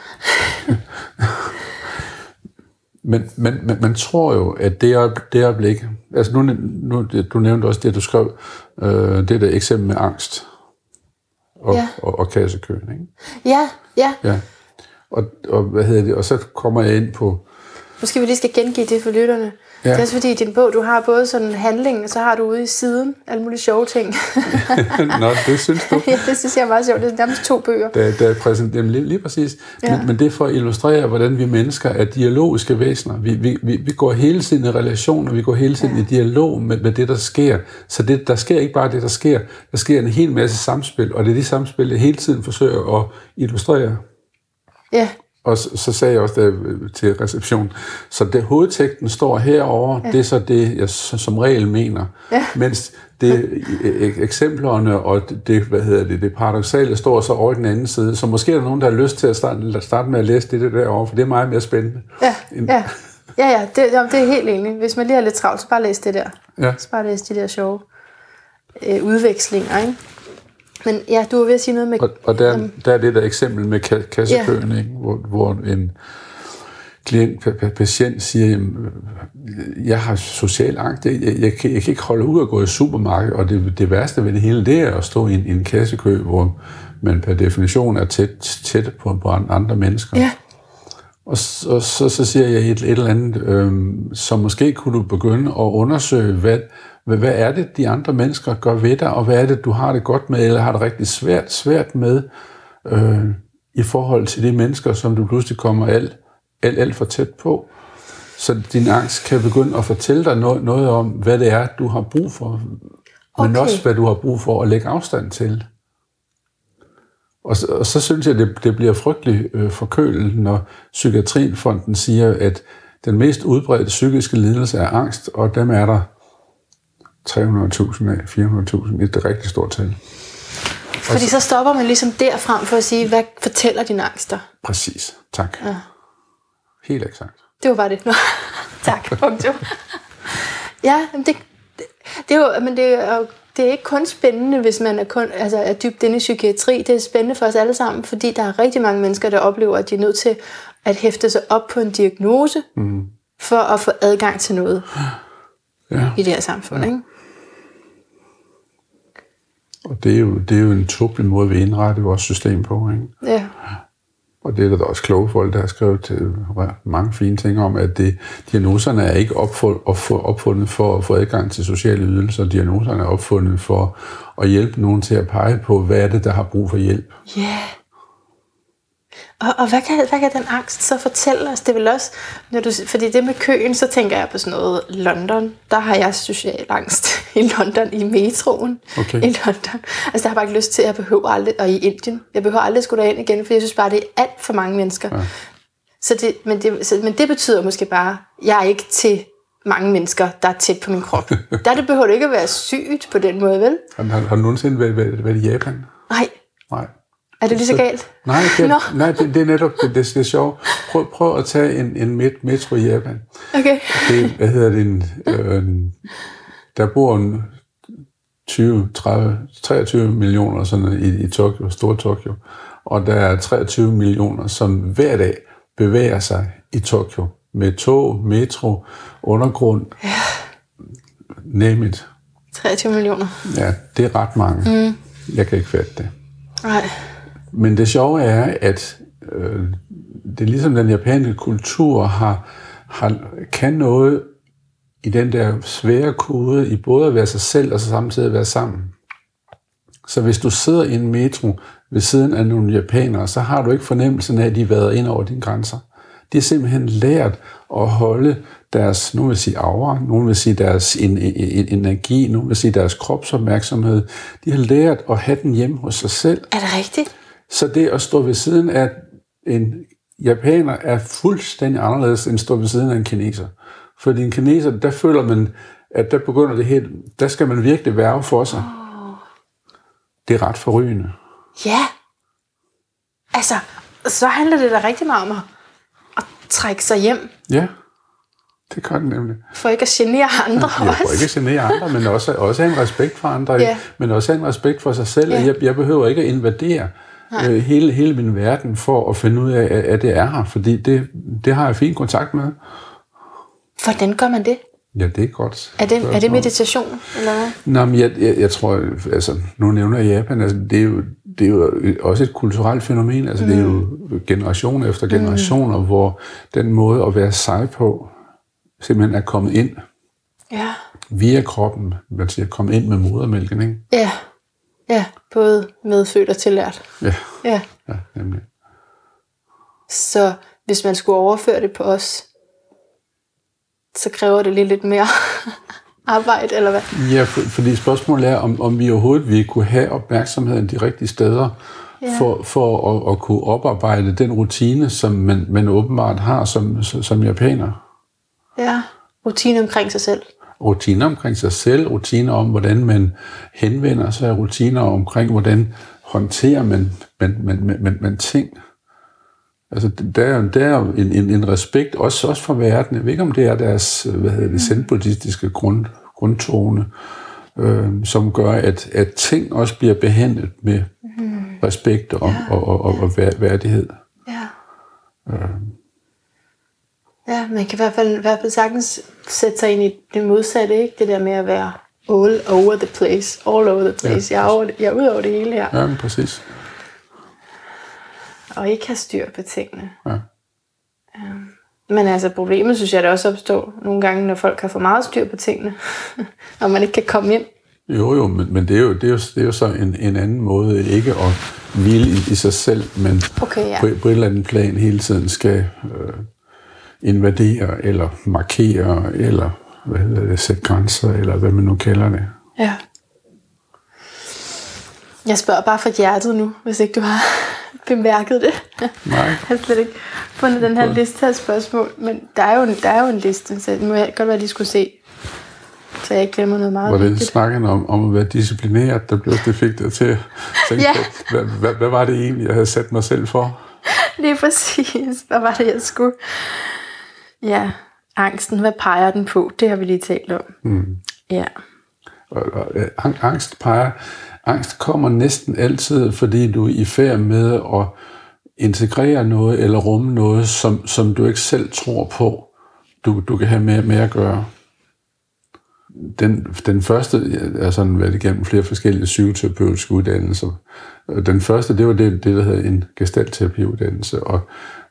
Men man tror jo, at det øjeblik, altså nu, du nævnte også det, du skrev, det der eksempel med angst og kassekøen, ikke? Ja. Og så kommer jeg ind på... Måske vi lige skal gengive det for lytterne. Ja. Det er også fordi, i din bog, du har både sådan en handling, og så har du ude i siden alle mulige sjove ting. Nå, det synes du? Ja, det synes jeg er meget sjovt. Det er nærmest 2 bøger. Der præsenterer lige præcis. Ja. Men det er for at illustrere, hvordan vi mennesker er dialogiske væsener. Vi går hele tiden i relationer, vi går hele tiden i dialog med det, der sker. Så der sker ikke bare det, der sker. Der sker en hel masse samspil, og det er de samspil, jeg hele tiden forsøger at illustrere. Ja. Og så sagde jeg også til reception, så det hovedteksten står herover, det er så det, jeg som regel mener. Ja. Mens det eksemplerne og det paradoksale står så over den anden side. Så måske er der nogen, der har lyst til at starte med at læse det derovre, for det er meget mere spændende. Ja, det er helt enig. Hvis man lige er lidt travlt, så bare læs det der. Ja. Så bare læs de der sjove udvekslinger, ikke? Men ja, du var ved at sige noget med... Og der er det der eksempel med kassekøen, ikke? Hvor en patient siger, jeg har social angst, jeg kan ikke holde ud at gå i supermarkedet, og det værste ved det hele, det er at stå i en kassekø, hvor man per definition er tæt på andre mennesker. Ja. Og så siger jeg et eller andet, så måske kunne du begynde at undersøge, hvad er det, de andre mennesker gør ved dig, og hvad er det, du har det godt med, eller har det rigtig svært med, i forhold til de mennesker, som du pludselig kommer alt for tæt på. Så din angst kan begynde at fortælle dig noget om, hvad det er, du har brug for, men også hvad du har brug for at lægge afstand til. Og så synes jeg, det bliver frygteligt forkølet, når Psykiatrifonden siger, at den mest udbredte psykiske lidelse er angst, og dem er der 300.000 af, 400.000, et rigtig stort tal. Fordi så stopper man ligesom der frem for at sige, hvad fortæller dine angster? Præcis, tak. Ja. Helt eksakt. Det var bare det. Tak, punktum. Ja, men det er ikke kun spændende, hvis man er dybt inde i psykiatri. Det er spændende for os alle sammen, fordi der er rigtig mange mennesker, der oplever, at de er nødt til at hæfte sig op på en diagnose, for at få adgang til noget i det her samfund. Ikke? Og det er jo en tåbelig måde, vi indretter vores system på. Ikke? Ja. Og det er der også kloge folk, der har skrevet mange fine ting om, at diagnoserne er ikke opfundet for at få adgang til sociale ydelser. Diagnoserne er opfundet for at hjælpe nogen til at pege på, hvad er det, der har brug for hjælp. Ja. Yeah. Og hvad kan den angst så fortælle os? Det vil også, fordi det med køen, så tænker jeg på sådan noget London. Der har jeg social angst i London, i metroen i London. Altså der har jeg bare ikke lyst til, jeg behøver aldrig, og i Indien. Jeg behøver aldrig at skulle derind igen, for jeg synes bare, det er alt for mange mennesker. Ja. Men det betyder måske bare, at jeg er ikke til mange mennesker, der er tæt på min krop. Det behøver det ikke at være sygt på den måde, vel? Har du nogensinde været i Japan? Nej. Er det lige så galt? Nej, det er netop det er sjovt. Prøv at tage en metro i Japan. Okay. Der bor 23 millioner sådan i Tokyo, store Tokyo. Og der er 23 millioner, som hver dag bevæger sig i Tokyo. Med tog, metro, undergrund, name it. 23 millioner. Ja, det er ret mange. Jeg kan ikke fatte det. Nej. Men det sjove er, at det er ligesom den japanske kultur kan noget i den der svære kode i både at være sig selv og så samtidig være sammen. Så hvis du sidder i en metro ved siden af nogle japanere, så har du ikke fornemmelsen af, at de vader ind over dine grænser. De har simpelthen lært at holde deres, nogen vil sige aura, nogen vil sige deres energi, nogen vil sige deres kropsopmærksomhed. De har lært at have den hjemme hos sig selv. Er det rigtigt? Så det at stå ved siden af en japaner er fuldstændig anderledes end at stå ved siden af en kineser. Fordi en kineser, der føler man, at der begynder det helt, der skal man virkelig værve for sig. Det er ret forrygende. Ja. Altså, så handler det da rigtig meget om at trække sig hjem. Ja, det gør det nemlig. For ikke at genere andre også. Ja, for ikke at genere andre, men også have en respekt for andre, men også have en respekt for sig selv. Ja. Jeg behøver ikke at invadere hele min verden for at finde ud af, at det er her, fordi det har jeg fin kontakt med. Hvordan gør man det? Ja, det er godt. Er det meditation, eller hvad? Nå, men jeg tror, altså, nu nævner jeg Japan, altså, det er jo også et kulturelt fænomen, altså det er jo generation efter generationer, hvor den måde at være sig på, simpelthen er kommet ind via kroppen, man siger, kommet ind med modermælken, ikke? Ja, både medfødt og tillært. Ja, nemlig. Så hvis man skulle overføre det på os, så kræver det lidt mere arbejde, eller hvad? Ja, fordi spørgsmålet er, om vi overhovedet vil kunne have opmærksomheden de rigtige steder, for at kunne oparbejde den rutine, som man åbenbart har som japaner. Ja, rutine omkring sig selv. Rutiner omkring sig selv, rutiner om, hvordan man henvender sig, rutiner omkring, hvordan håndterer man ting. Altså, der er en respekt, også for verden. Jeg ved ikke, om det er deres zen-buddhistiske grundtone, som gør, at ting også bliver behandlet med respekt og værdighed. Ja. Ja, man kan i hvert fald sagtens sætte sig ind i det modsatte, ikke? Det der med at være all over the place. Ja, jeg er ude over det hele her. Ja, men præcis. Og ikke have styr på tingene. Ja. Ja. Men altså problemet, synes jeg, det også opstår nogle gange, når folk har for meget styr på tingene, og man ikke kan komme ind. Jo, men det er jo så en anden måde, ikke at hvile i sig selv, men på et eller andet plan hele tiden skal invadere, eller markere, eller sætte grænser, eller hvad man nu kalder det. Ja. Jeg spørger bare fra hjertet nu, hvis ikke du har bemærket det. Nej. Jeg har slet ikke fundet den her liste af spørgsmål, men der er jo en liste, så det må jeg godt være, at de skulle se, så jeg ikke glemmer noget meget vigtigt. vigtigt. Hvordan snakker om at være disciplineret, der pludselig fik dig til at tænke, hvad var det egentlig, jeg havde sat mig selv for? Lige præcis. Hvad var det, jeg skulle? Ja, angsten, hvad peger den på? Det har vi lige talt om. Ja. Angst kommer næsten altid, fordi du er i færd med at integrere noget eller rumme noget, som du ikke selv tror på, du kan have med at gøre. Den første, jeg har sådan været igennem flere forskellige psykoterapeutiske uddannelser. Den første, det var det der hedder en gestaltterapiuddannelse, og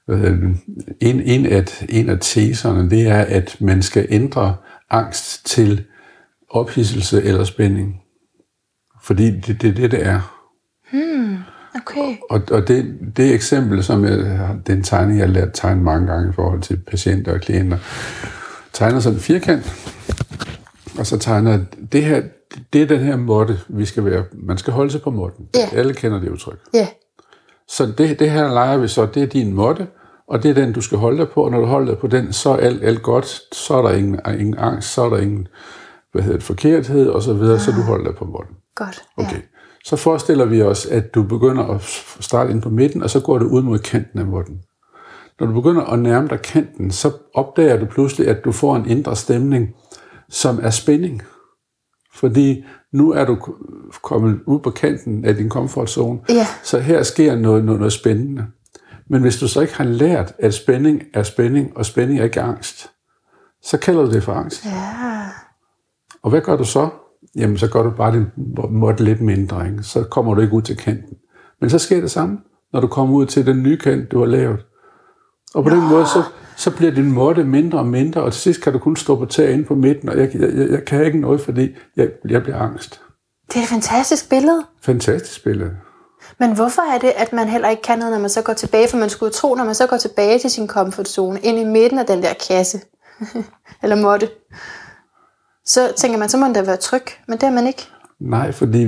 en af teserne, det er, at man skal ændre angst til ophidselse eller spænding. Fordi det er det er. Okay. Og det eksempel, den tegning, jeg har lært tegne mange gange i forhold til patienter og klienter, tegner sådan en firkant, og så tegner det her, det er den her måtte, vi skal være. Man skal holde sig på måtten. Yeah. Alle kender det udtryk. Ja. Yeah. Så det her leger vi så, det er din måtte, og det er den, du skal holde dig på, og når du holder dig på den, så er alt godt, så er der ingen angst, så er der ingen forkerthed, og så videre, så du holder dig på måtten. Godt. Okay. Ja. Så forestiller vi os, at du begynder at starte ind på midten, og så går du ud mod kanten af måtten. Når du begynder at nærme dig kanten, så opdager du pludselig, at du får en indre stemning, som er spænding. Fordi nu er du kommet ud på kanten af din komfortzone, så her sker noget spændende. Men hvis du så ikke har lært, at spænding er spænding, og spænding er ikke angst, så kalder du det for angst. Ja. Og hvad gør du så? Jamen, så gør du bare din måtte lidt mindre, ikke? Så kommer du ikke ud til kanten. Men så sker det samme, når du kommer ud til den nye kant, du har lavet. Og på den måde, så bliver din måtte mindre og mindre, og til sidst kan du kun stå på tæer inde på midten, og jeg kan ikke noget, fordi jeg bliver angst. Det er et fantastisk billede. Fantastisk billede. Men hvorfor er det, at man heller ikke kan noget, når man så går tilbage? For man skulle tro, når man så går tilbage til sin komfortzone, ind i midten af den der kasse, eller måtte, så tænker man, så må den da være tryg, men det er man ikke. Nej, fordi,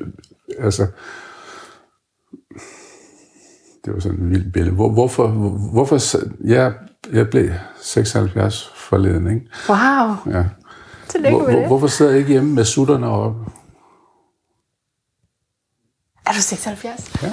det var sådan et vildt billede. Hvorfor jeg blev 76 forleden, ikke? Wow. Ja. Tillykke med det. Hvorfor sidder jeg ikke hjemme med sutterne oppe? Er du 76? Ja.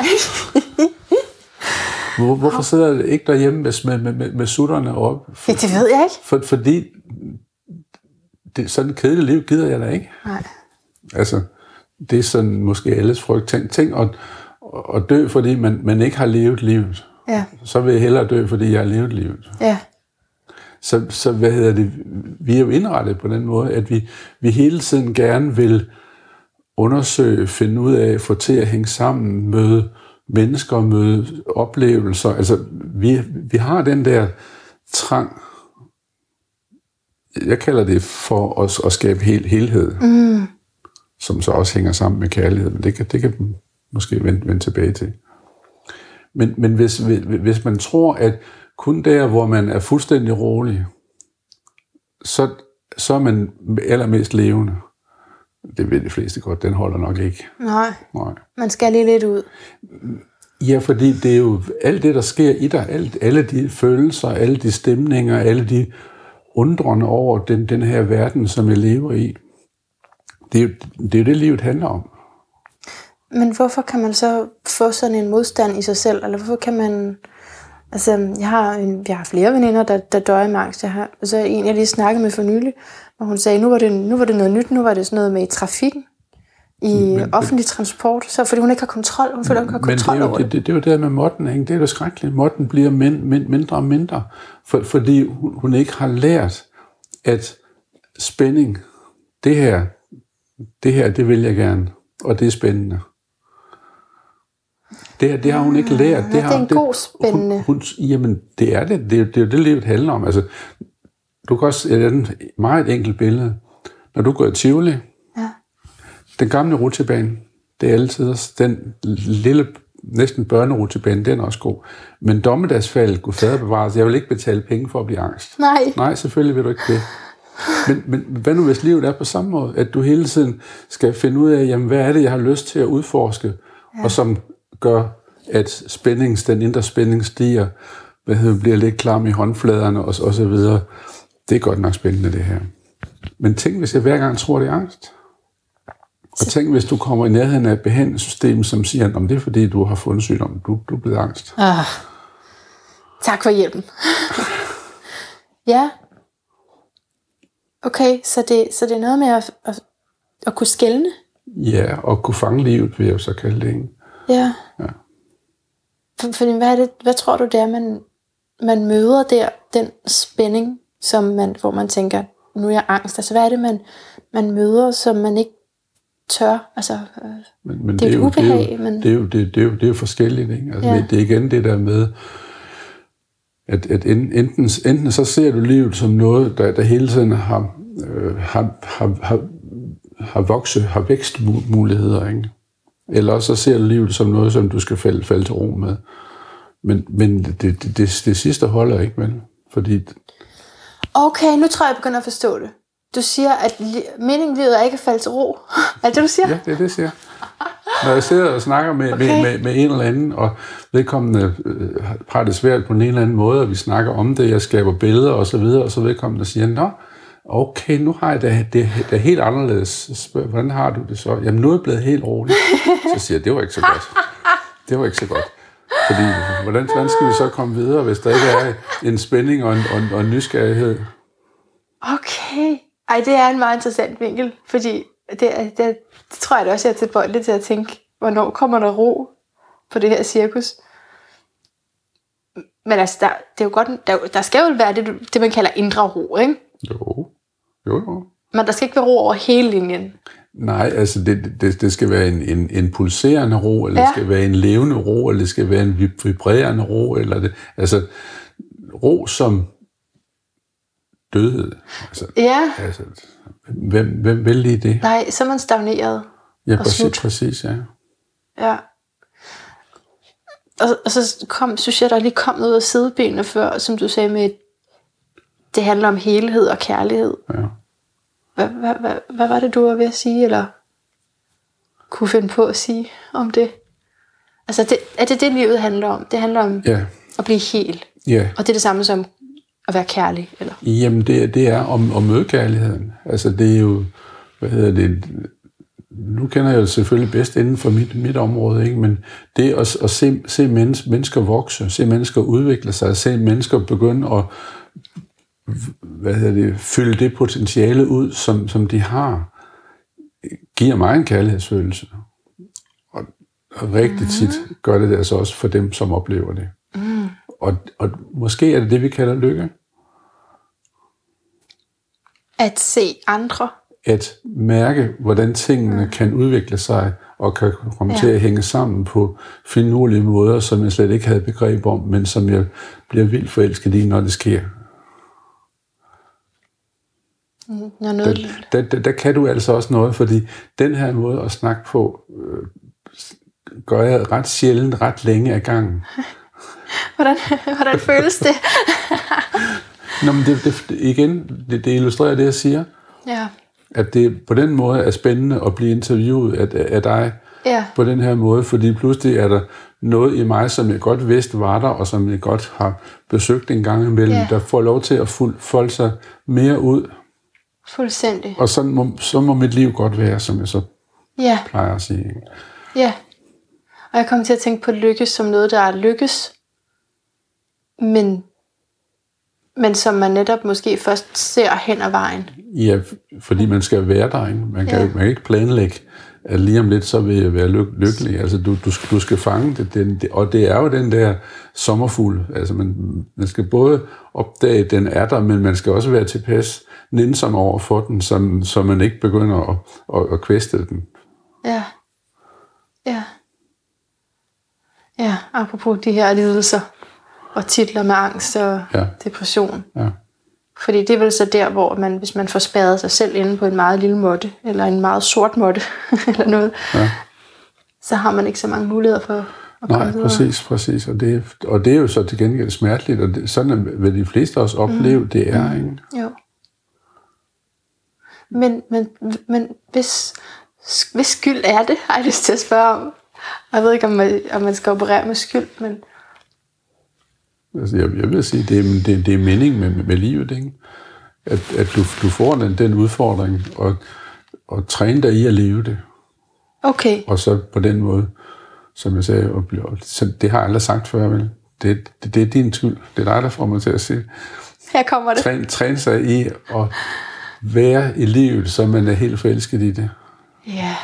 Hvorfor sidder jeg ikke derhjemme med sutterne oppe? Det ved jeg ikke. Fordi sådan et kedeligt liv gider jeg da ikke. Nej. Det er sådan måske alles frygt. Tænk at dø, fordi man ikke har levet livet. Ja. Så vil jeg hellere dø, fordi jeg har levet livet. Ja. Så vi er jo indrettet på den måde, at vi hele tiden gerne vil undersøge, finde ud af, få til at hænge sammen, møde mennesker, møde oplevelser. Vi har den der trang. Jeg kalder det for at skabe helhed, som så også hænger sammen med kærlighed, men det kan måske vende tilbage til. Men hvis man tror, at kun der, hvor man er fuldstændig rolig, så er man allermest levende. Det ved de fleste godt, den holder nok ikke. Nej. Man skal lige lidt ud. Ja, fordi det er jo alt det, der sker i dig, alle de følelser, alle de stemninger, alle de undrende over den her verden, som jeg lever i. Det er jo det, livet handler om. Men hvorfor kan man så få sådan en modstand i sig selv? Eller hvorfor kan man... jeg har flere veninder, der døjer med angst. Jeg lige snakket med for nylig, hvor hun sagde, nu var det noget nyt, nu var det sådan noget med i trafikken, i offentlig transport, så fordi hun ikke har kontrol, hun føler, hun ikke har kontrol over det. Det er jo det med måtten, ikke? Det er jo skrækkeligt. Måtten bliver mindre og mindre, fordi hun ikke har lært, at spænding, det her, det vil jeg gerne, og det er spændende. Det har hun ikke lært. Det er en god spændende. Jamen, det er det. Det er jo det, livet handler om. Altså, du kan også... Det er et meget enkelt billede. Når du går i Tivoli, den gamle rutsjebane, det er altid den lille, næsten børnerutjebane, den er også god. Men dommedagsfaldet, Gud fader bevares, jeg vil ikke betale penge for at blive angst. Nej, selvfølgelig vil du ikke det. Men hvad nu hvis livet er på samme måde? At du hele tiden skal finde ud af, jamen, hvad er det, jeg har lyst til at udforske, og som gør, at den indre spænding stiger, bliver lidt klam i håndfladerne og så videre. Det er godt nok spændende, det her. Men tænk, hvis jeg hver gang tror, det er angst. Og tænk, hvis du kommer i nærheden af et behandlingssystem, som siger, om det er fordi, du har fundet sygdom, du er blevet angst. Tak for hjælpen. Ja. Okay, så det er noget med at kunne skelne? Ja, og kunne fange livet, vil jeg så kalde det. Ikke? Ja. Fordi hvad tror du, det er, man møder der, den spænding, hvor man tænker, nu er jeg angst. Altså, hvad er det, man møder, som man ikke tør? Altså, men det er et ubehag. Det er jo forskelligt. Ikke? Altså, det er igen det der med, at enten så ser du livet som noget, der hele tiden har vækstmuligheder, ikke? Eller så ser du livet som noget, som du skal falde til ro med. Men det sidste holder ikke, vel? Fordi... Okay, nu tror jeg begynder at forstå det. Du siger, at meningen livet er ikke at falde til ro. Er det, du siger? Ja, det er det, jeg siger. Når jeg sidder og snakker med en eller anden, og vedkommende har det svært på en eller anden måde, og vi snakker om det, jeg skaber billeder og så videre, og så vedkommende siger, nå, okay, nu har jeg det er helt anderledes. Hvordan har du det så? Jamen, nu er jeg blevet helt rolig. Så siger jeg, det var ikke så godt. Det var ikke så godt. Fordi, hvordan skal vi så komme videre, hvis der ikke er en spænding og en nysgerrighed? Okay. Ej, det er en meget interessant vinkel, fordi det tror jeg da også, jeg er tilbøjelig til at tænke, hvornår kommer der ro på det her cirkus? Men altså, det er jo godt, der skal jo være det man kalder indre ro, ikke? Jo. Men der skal ikke være ro over hele linjen. Nej, altså det skal være en pulserende ro, eller det skal være en levende ro, eller det skal være en vibrerende ro, eller det, altså ro som dødhed. Altså, hvem vil lige det? Nej, så er man stagneret. Ja, præcis, ja. Ja. Og så synes jeg, der lige kom noget af sidebenene før, som du sagde med, det handler om helhed og kærlighed. Ja. Hvad var det, du var ved at sige, eller kunne finde på at sige om det? Altså, er det livet handler om? Det handler om at blive hel. Ja. Og det er det samme som at være kærlig, eller? Jamen, det er om møde kærligheden. Altså, det er jo, nu kender jeg jo selvfølgelig bedst inden for mit område, ikke? Men det at se mennesker vokse, se mennesker udvikle sig, se mennesker begynde at fylde det potentiale ud, som de har, giver mig en kærlighedsfølelse. Og rigtig tit gør det altså også for dem, som oplever det. Og måske er det, vi kalder lykke. At se andre. At mærke, hvordan tingene kan udvikle sig, og kan komme til at hænge sammen på finurlige måder, som jeg slet ikke havde begreb om, men som jeg bliver vildt forelsket i, når det sker. Der kan du altså også noget, fordi den her måde at snakke på, gør jeg ret sjældent, ret længe ad gangen. Hvordan føles det? Nå, men det illustrerer det, jeg siger. Ja. At det på den måde er spændende at blive interviewet af dig på den her måde, fordi pludselig er der noget i mig, som jeg godt vidste var der, og som jeg godt har besøgt en gang imellem, der får lov til at folde sig mere ud. Fuldstændig. Og så må mit liv godt være, som jeg så plejer at sige. Ja. Og jeg kommer til at tænke på lykke som noget, der er lykkes, men som man netop måske først ser hen ad vejen. Ja, fordi man skal være der, ikke? Man kan ikke planlægge, at lige om lidt, så vil jeg være lykkelig. Altså, du skal fange det, og det er jo den der sommerfugl. Altså, man skal både opdage, at den er der, men man skal også være tilpas nænsom over for den, så man ikke begynder at kvæste den. Ja. Ja. apropos de her lidelser og titler med angst og depression. Ja. Fordi det er vel så der, hvor man, hvis man får spærret sig selv inde på en meget lille måtte, eller en meget sort måtte, eller noget, så har man ikke så mange muligheder for at komme videre. Præcis. Og det er jo så til gengæld smerteligt, og det, sådan vil de fleste også opleve, det er, ikke? Jo. Men hvis skyld er det, har jeg lyst til at spørge om. Jeg ved ikke, om man skal operere med skyld, men... Altså, jeg vil sige, det er meningen med livet, ikke? At du får den udfordring, og træne dig i at leve det. Okay. Og så på den måde, som jeg sagde, så det har jeg aldrig sagt før, vel? Det er din skyld. Det er dig, der får mig til at sige. Her kommer det. Træne sig i at være i livet, så man er helt forelsket i det. Ja.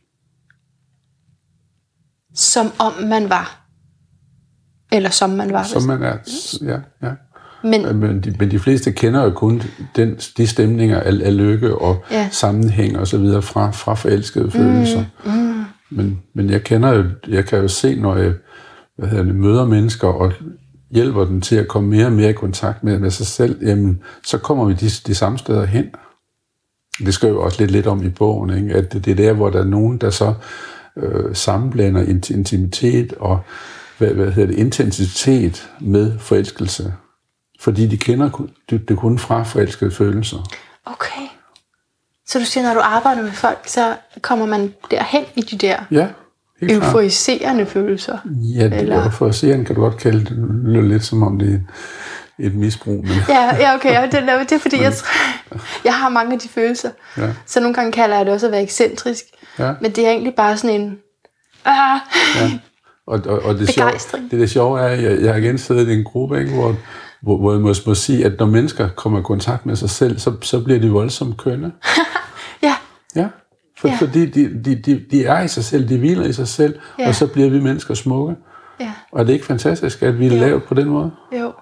Som om man var. Eller som man var. Som man er, ja. Men de fleste kender jo kun de stemninger af lykke og sammenhæng og så videre fra forelskede følelser. Men jeg kan jo se, når jeg møder mennesker og hjælper dem til at komme mere og mere i kontakt med sig selv, jamen, så kommer vi de samme steder hen. Det skriver jo også lidt om i bogen, ikke? At det er der, hvor der er nogen, der så sammenblander intimitet og intensitet med forelskelse. Fordi de kender det kun fra forelskede følelser. Okay. Så du siger, når du arbejder med folk, så kommer man derhen i de der euforiserende følelser? Ja, euforiserende kan du godt kalde det. Det lyder lidt som om det er et misbrug. Men... Ja, okay. Ja, det er fordi, jeg har mange af de følelser. Ja. Så nogle gange kalder jeg det også at være ekscentrisk. Ja. Men det er egentlig bare sådan en... Ja. Og begejstring. Det sjove er, at jeg har igen siddet i en gruppe, ikke, hvor jeg må sige, at når mennesker kommer i kontakt med sig selv, så bliver de voldsomt kønne. Ja. Fordi de er i sig selv, de hviler i sig selv, og så bliver vi mennesker smukke. Ja. Og er det ikke fantastisk, at vi er lavet på den måde?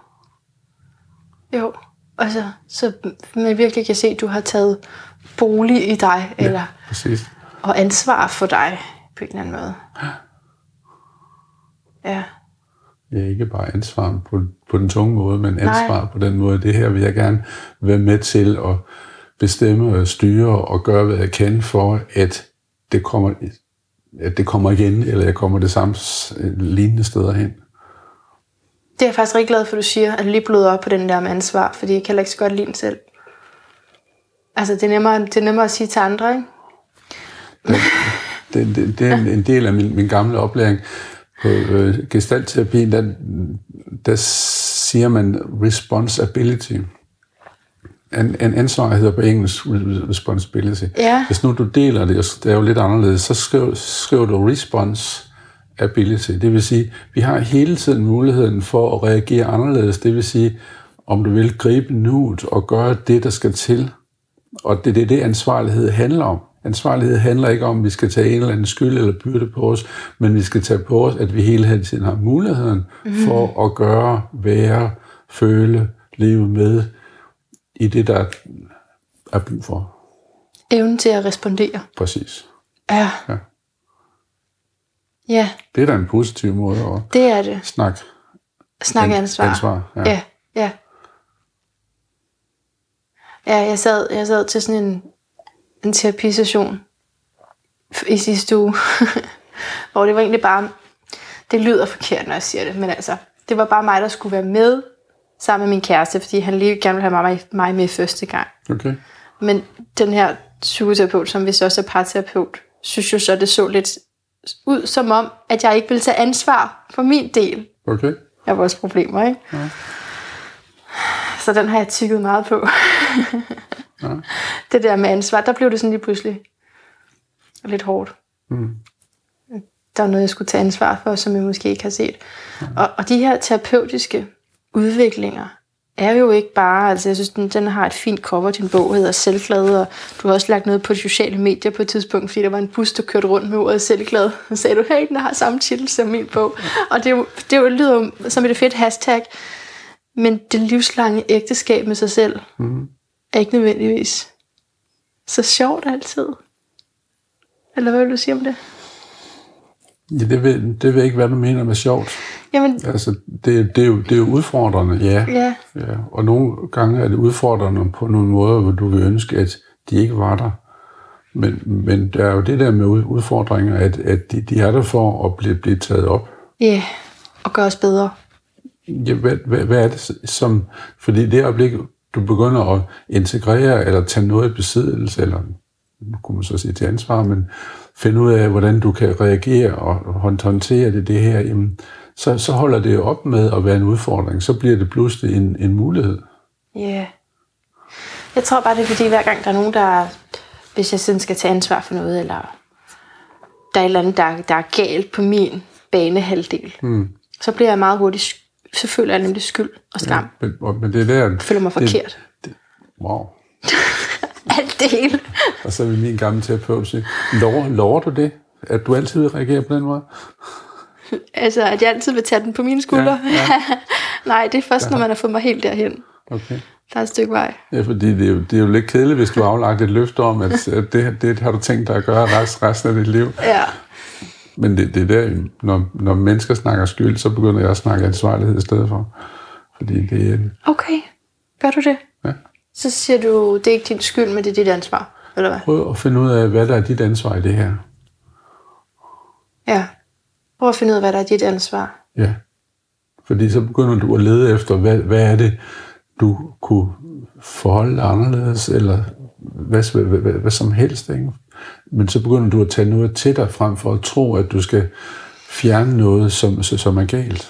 Jo. Og så man virkelig kan se, at du har taget bolig i dig, og ansvar for dig på en eller anden måde. Ja. Ja, ikke bare ansvar på den tunge måde, men ansvar på den måde. Det her vil jeg gerne være med til at bestemme og styre og gøre, hvad jeg kan for, at det kommer igen, eller jeg kommer det samme lignende steder hen. Det er jeg faktisk rigtig glad for, at du siger, at du lige bløder op på den der med ansvar, fordi jeg kan heller ikke så godt lide den selv. Altså, det er nemmere at sige til andre, ikke? Det er en del af min gamle oplæring. På gestaltterapien, der siger man responsibility. En ansvar hedder på engelsk responsibility. Ja. Hvis nu du deler det er jo lidt anderledes, så skriver du responsibility. Det vil sige, vi har hele tiden muligheden for at reagere anderledes. Det vil sige, om du vil gribe nuet og gøre det, der skal til. Og det er det, ansvarlighed handler om. Ansvarlighed handler ikke om, at vi skal tage en eller anden skyld eller byrde på os, men vi skal tage på os, at vi hele tiden har muligheden for at gøre, være, føle, leve med i det, der er brug for. Evnen til at respondere. Præcis. Ja. Det er da en positiv måde at det er det. Snakke ansvar. Ja. Ja, jeg sad til sådan en terapisession i sidste uge, hvor det var egentlig bare, det lyder forkert, når jeg siger det, men altså, det var bare mig, der skulle være med sammen med min kæreste, fordi han lige gerne ville have mig med første gang. Okay. Men den her psykoterapeut, som vist også er parterapeut, synes jo så, det så lidt ud som om, at jeg ikke ville tage ansvar for min del af vores problemer, ikke? Ja. Så den har jeg tykket meget på. Ja. Det der med ansvar, der blev det sådan lige pludselig lidt hårdt. Der var noget, jeg skulle tage ansvar for, som jeg måske ikke har set. Ja. Og de her terapeutiske udviklinger er jo ikke bare, altså jeg synes, den har et fint cover, din bog hedder Selvglad, og du har også lagt noget på de sociale medier på et tidspunkt, fordi der var en bus, der kørte rundt med ordet Selvglad, og sagde du, hey, den har samme titel som min bog. Og det lyder jo som et fedt hashtag, men det livslange ægteskab med sig selv er ikke nødvendigvis så sjovt altid. Eller hvad vil du sige om det? Ja, det ved jeg ikke, hvad du mener med sjovt. Jamen, altså, det er jo udfordrende, ja. Og nogle gange er det udfordrende på nogle måder, hvor du vil ønske, at de ikke var der. Men der er jo det der med udfordringer, at de er der for at blive taget op. Ja, og gøre os bedre. Ja, hvad er det som... Fordi det øjeblik, du begynder at integrere eller tage noget i besiddelse, eller nu kunne man så sige til ansvar, men finde ud af, hvordan du kan reagere og håndtere det her, jamen, så holder det jo op med at være en udfordring. Så bliver det pludselig en mulighed. Ja. Jeg tror bare, det er fordi, hver gang der er nogen, der... Hvis jeg sådan skal tage ansvar for noget, eller der er et eller andet, der er galt på min banehalvdel, så bliver jeg meget hurtigt... Så føler jeg nemlig skyld og skam. Ja, men det er der... Jeg føler mig forkert. Wow. Alt det hele. Og så vil min gamle terapeut sige, lover du det? At du altid vil reagere på den måde? Altså, at jeg altid vil tage den på mine skuldre? Ja. Nej, det er først, når man har fået mig helt derhen. Okay. Der er et stykke vej. Ja, fordi det er jo lidt kedeligt, hvis du har aflagt et løfte om, at det har du tænkt dig at gøre resten af dit liv. Ja. Men det er der, når mennesker snakker skyld, så begynder jeg at snakke ansvarlighed i stedet for. Fordi det er... Okay, gør du det? Ja. Så siger du, det er ikke din skyld, men det er dit ansvar, eller hvad? Prøv at finde ud af, hvad der er dit ansvar i det her. Ja. Prøv at finde ud af, hvad der er dit ansvar. Ja. Fordi så begynder du at lede efter, hvad er det, du kunne forholde anderledes, eller hvad som helst, ikke? Men så begynder du at tage noget til dig, frem for at tro, at du skal fjerne noget, som er galt.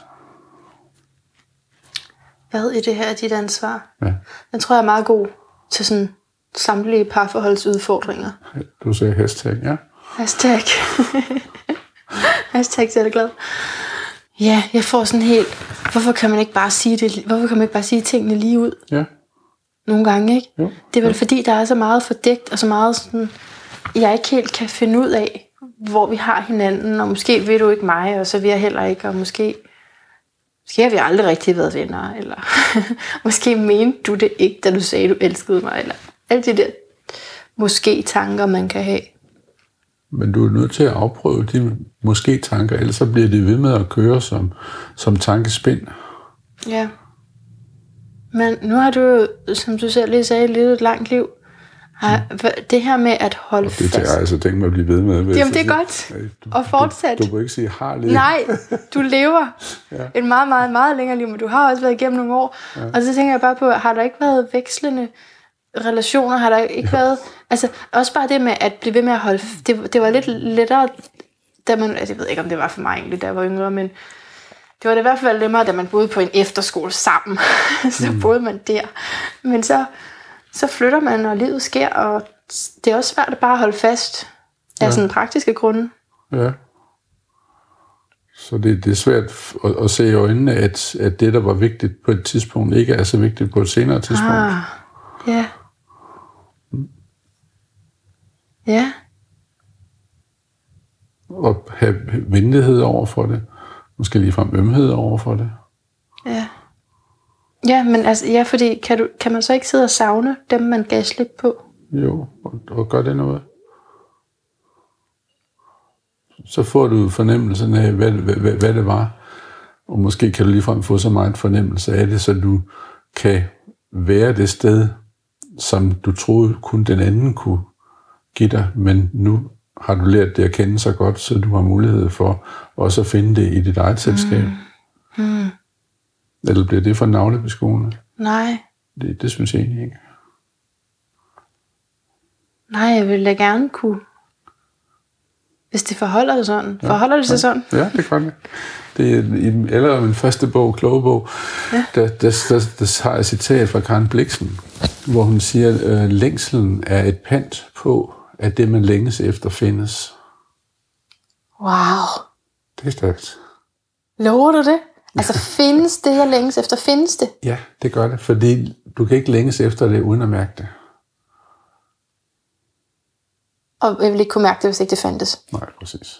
Hvad i det her er dit ansvar? Ja. Den tror jeg er meget god til sådan samtlige parforholdsudfordringer. Du sagde hashtag, ja. Hashtag. Hashtag selvglad. Ja, jeg får sådan helt... Hvorfor kan man ikke bare sige det? Hvorfor kan man ikke bare sige tingene lige ud? Ja. Nogle gange, ikke? Jo. Det er vel fordi, der er så meget fordækt, og så meget sådan... Jeg ikke helt kan finde ud af, hvor vi har hinanden, og måske vil du ikke mig, og så vil jeg heller ikke, og måske har vi aldrig rigtig været venner, eller måske mente du det ikke, da du sagde, du elskede mig, eller alle de der måske tanker, man kan have. Men du er nødt til at afprøve de måske tanker, ellers så bliver det ved med at køre som tankespind. Ja. Men nu har du jo, som du selv lige sagde, levet et langt liv. Det her med at holde fast... Det har jeg altså tænkt mig at blive ved med. Jamen det er godt. Og fortsat. Du må ikke sige har levet. Nej, du lever et meget, meget, meget længere liv, men du har også været igennem nogle år. Ja. Og så tænker jeg bare på, har der ikke været vekslende relationer? Har der ikke været... Altså også bare det med at blive ved med at holde... Det var lidt lettere, da man... Altså, jeg ved ikke, om det var for mig egentlig, da jeg var yngre, men det var det i hvert fald nemmere, da man boede på en efterskole sammen. Så boede man der. Men så flytter man, og livet sker, og det er også svært at bare holde fast af sådan praktiske grunde. Ja. Så det er svært at se i øjnene, at det, der var vigtigt på et tidspunkt, ikke er så vigtigt på et senere tidspunkt. Ja. Ja. Og have venlighed over for det. Måske ligefrem ømhed over for det. Ja. Ja, men altså, fordi kan man så ikke sidde og savne dem, man gav slip på? Jo, og gør det noget. Så får du fornemmelsen af, hvad det var. Og måske kan du ligefrem få så meget fornemmelse af det, så du kan være det sted, som du troede kun den anden kunne give dig. Men nu har du lært det at kende så godt, så du har mulighed for også at finde det i dit eget selskab. Eller bliver det for navlebeskuende? Nej. Det synes jeg egentlig ikke. Nej, jeg vil da gerne kunne. Hvis det forholder sig sådan. Ja, forholder det sig sådan? Ja, det gør det. Det er allerede min første bog, Klogebog, der har jeg citat fra Karen Blixen, hvor hun siger, at længslen er et pant på, at det, man længes efter, findes. Wow. Det er stærkt. Lover du det? Altså findes det, jeg længes efter? Findes det? Ja, det gør det, fordi du kan ikke længes efter det, uden at mærke det. Og jeg vil ikke kunne mærke det, hvis ikke det fandtes. Nej, præcis.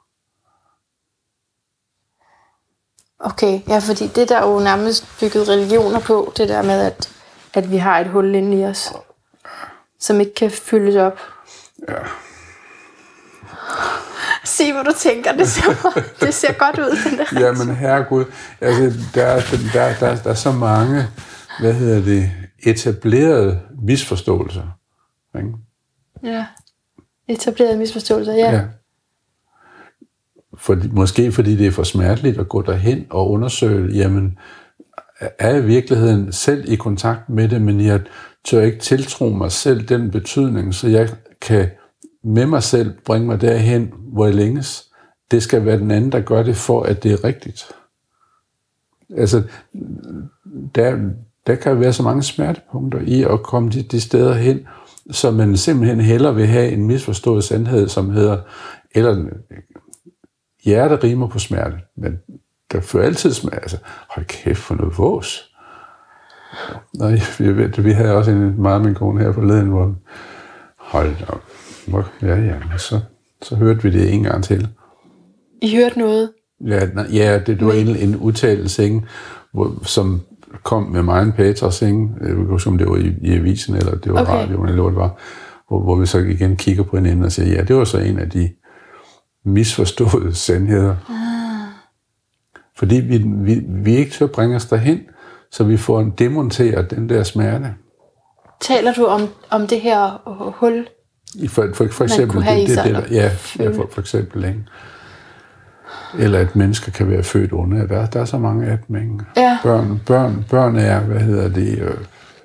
Okay, ja, fordi det der er jo nærmest bygget religioner på, det der med, at vi har et hul inde i os, som ikke kan fyldes op. Ja. Sig, hvad du tænker. Det ser godt ud, den der. Jamen, herregud. Altså, der er så mange, etablerede misforståelser. Ikke? Ja. Etablerede misforståelser, ja. Måske fordi det er for smerteligt at gå derhen og undersøge, jamen, er jeg i virkeligheden selv i kontakt med det, men jeg tør ikke tiltro mig selv den betydning, så jeg kan med mig selv bringe mig derhen, hvor jeg længes. Det skal være den anden, der gør det, for at det er rigtigt. Altså, der kan være så mange smertepunkter i at komme de steder hen, så man simpelthen hellere vil have en misforstået sandhed, som hedder, eller hjerte rimer på smerte, men der fører altid smerte. Altså, hold kæft for noget vås. Nej, vi havde også en meget min kone her forleden, hvor hold op. Så hørte vi det en gang til. I hørte noget? Ja, det var en udtalelse, ikke, som kom med mig en patros, ikke? Jeg ved ikke, om det var i avisen, eller det var radioen, eller hvad det var, hvor vi så igen kigger på hinanden og siger, ja, det var så en af de misforståede sandheder. Fordi vi ikke tør bringe os derhen, så vi får demonteret den der smerte. Taler du om det her hul, for eksempel for eksempel, ikke? Eller at mennesker kan være født onde. Der er så mange af dem, ikke? Ja. Børn er,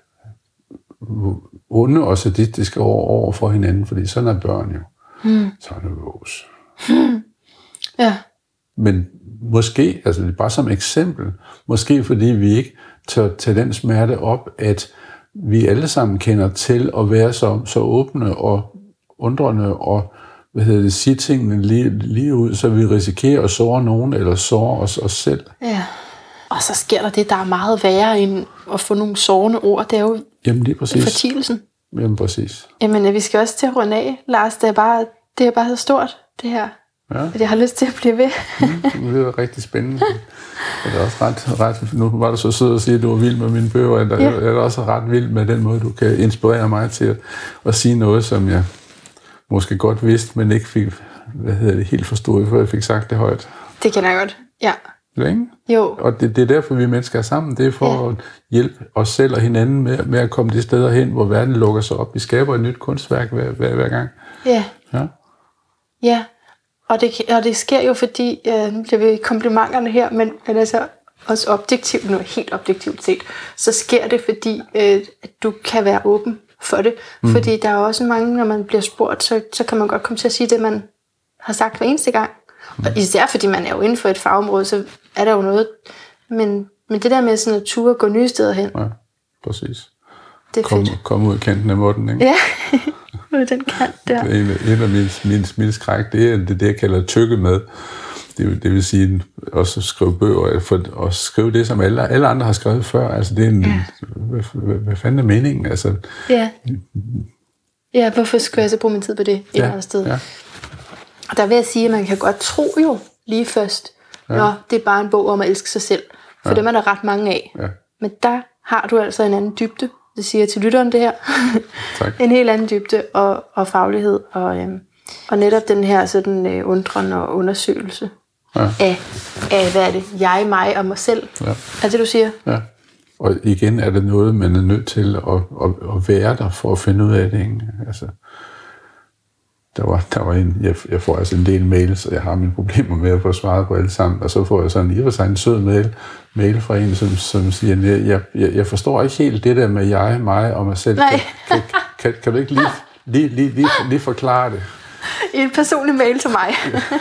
onde og sadistiske over for hinanden, fordi sådan er børn jo. Sådan er vås. Ja. Men måske, altså det er bare som eksempel, måske fordi vi ikke tør tage den smerte op, at vi alle sammen kender til at være så åbne og undrende og sige tingene lige ud, så vi risikerer at såre nogen eller såre os selv. Ja. Og så sker der der er meget værre end at få nogle sårende ord. Det er jo fortielsen. Jamen præcis. Jamen vi skal også til at runde af, Lars. Det er bare så stort, det her. Ja. At jeg har lyst til at blive ved. Det er rigtig spændende. Og det er også ret, nu var du så sød at sige, at du var vild med mine bøger, og jeg er også ret vild med den måde, du kan inspirere mig til at sige noget, som jeg måske godt vidste, men ikke fik, helt forstået, før jeg fik sagt det højt. Det kan jeg godt, ja. Ikke? Jo. Og det er derfor, vi mennesker er sammen. Det er for at hjælpe os selv og hinanden med at komme de steder hen, hvor verden lukker sig op. Vi skaber et nyt kunstværk hver gang. Ja. Ja. Og det sker jo, fordi, nu bliver vi komplimenterne her, men altså også objektivt, nu helt objektivt set, så sker det, fordi at du kan være åben for det. Fordi der er også mange, når man bliver spurgt, så kan man godt komme til at sige det, man har sagt hver eneste gang. Og især fordi man er jo inden for et fagområde, så er der jo noget. Men det der med sådan at ture gå nye steder hen. Ja, præcis. Det er fedt. Kom ud af kanten af måtten, ikke? Ja, ud af den kant der. En af mine skræk, det er det, jeg kalder tykke med. Det vil sige også at skrive bøger, og skrive det, som alle andre har skrevet før. Altså, det er hvad fanden er meningen? Altså, ja, hvorfor skulle jeg så bruge min tid på det et andet sted? Ja. Og der vil jeg sige, at man kan godt tro jo lige først, når det er bare en bog om at elske sig selv. For dem er der ret mange af. Ja. Men der har du altså en anden dybde. Det siger jeg til lytteren, det her. Tak. En helt anden dybde og faglighed. Og netop den her sådan undren og undersøgelse af, hvad er det? Jeg, mig og mig selv. Ja. Er det, du siger? Ja. Og igen er det noget, man er nødt til at være der for at finde ud af det. Ikke? Altså, der var jeg får altså en del mails, og jeg har mine problemer med at få svaret på alle sammen, og så får jeg sådan en sød mail fra en, som siger, jeg forstår ikke helt det der med jeg, mig og mig selv. Kan du ikke lige forklare det? I en personlig mail til mig.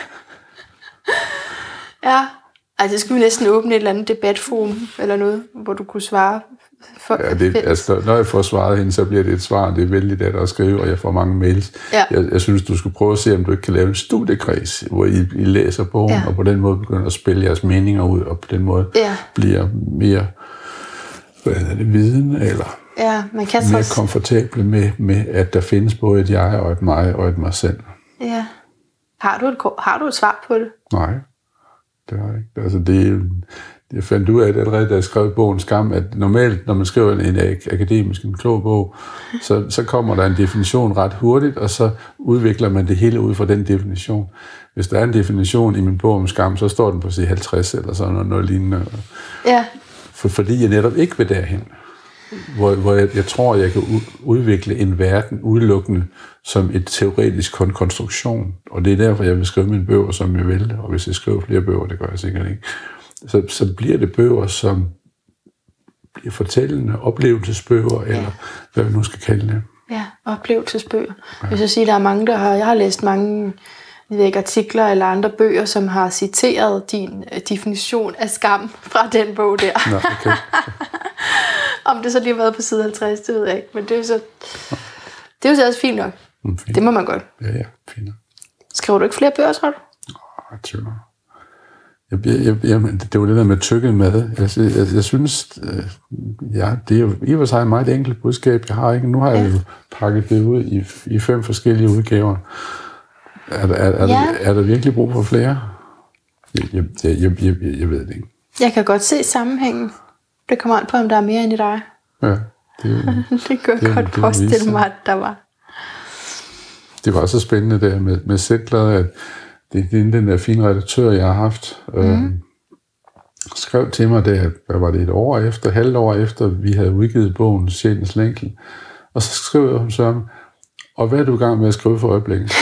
Ja, altså det skulle vi næsten åbne et eller andet debatforum, eller noget, hvor du kunne svare. Når jeg får svaret hende, så bliver det et svar, det er vældig let at skrive, og jeg får mange mails. Ja. Jeg synes, du skulle prøve at se, om du ikke kan lave en studiekreds, hvor I læser bogen, og på den måde begynder at spille jeres meninger ud, og på den måde bliver mere viden, eller man kan mere komfortable med, at der findes både et jeg, og et mig, og et mig selv. Ja. Har du et svar på det? Nej, det har jeg ikke. Altså, Jeg fandt ud af det allerede, da jeg skrev bogen Skam, at normalt, når man skriver en akademisk, en klog bog, så kommer der en definition ret hurtigt, og så udvikler man det hele ud fra den definition. Hvis der er en definition i min bog om skam, så står den på side 50 eller sådan noget lignende. Ja. Fordi jeg netop ikke vil derhen. Hvor jeg tror, jeg kan udvikle en verden udelukkende som et teoretisk konstruktion. Og det er derfor, jeg vil skrive mine bøger, som jeg vil. Og hvis jeg skriver flere bøger, det gør jeg sikkert ikke. Så bliver det bøger, som bliver fortællende, oplevelsesbøger, eller hvad vi nu skal kalde det. Ja, oplevelsesbøger. Ja. Jeg vil sige, der er mange, jeg har læst mange artikler eller andre bøger, som har citeret din definition af skam fra den bog der. Nå, okay. Om det så lige har været på side 50, det ved jeg ikke. Men det er jo så også fint nok. Fint. Det må man godt. Ja, fint. Skriver du ikke flere bøger, tror du? Jeg tvivler. Det var det der med tykket mad. Jeg synes, det er jo i og for sig et meget enkelt budskab, jeg har. Ikke? Nu har jeg jo pakket det ud i 5 forskellige udgaver. Er der virkelig brug for flere? Jeg ved det ikke. Jeg kan godt se sammenhængen. Det kommer an på, om der er mere end i dig. Ja, det kan jeg godt forestille mig, at der var. Det var så spændende der med Zetland, at det er den der fine redaktør, jeg har haft, skrev til mig, hvad var det, halvt år efter, vi havde udgivet bogen Sjælens Længsel. Og så skrev hun så, og hvad er du i gang med at skrive for øjeblikket?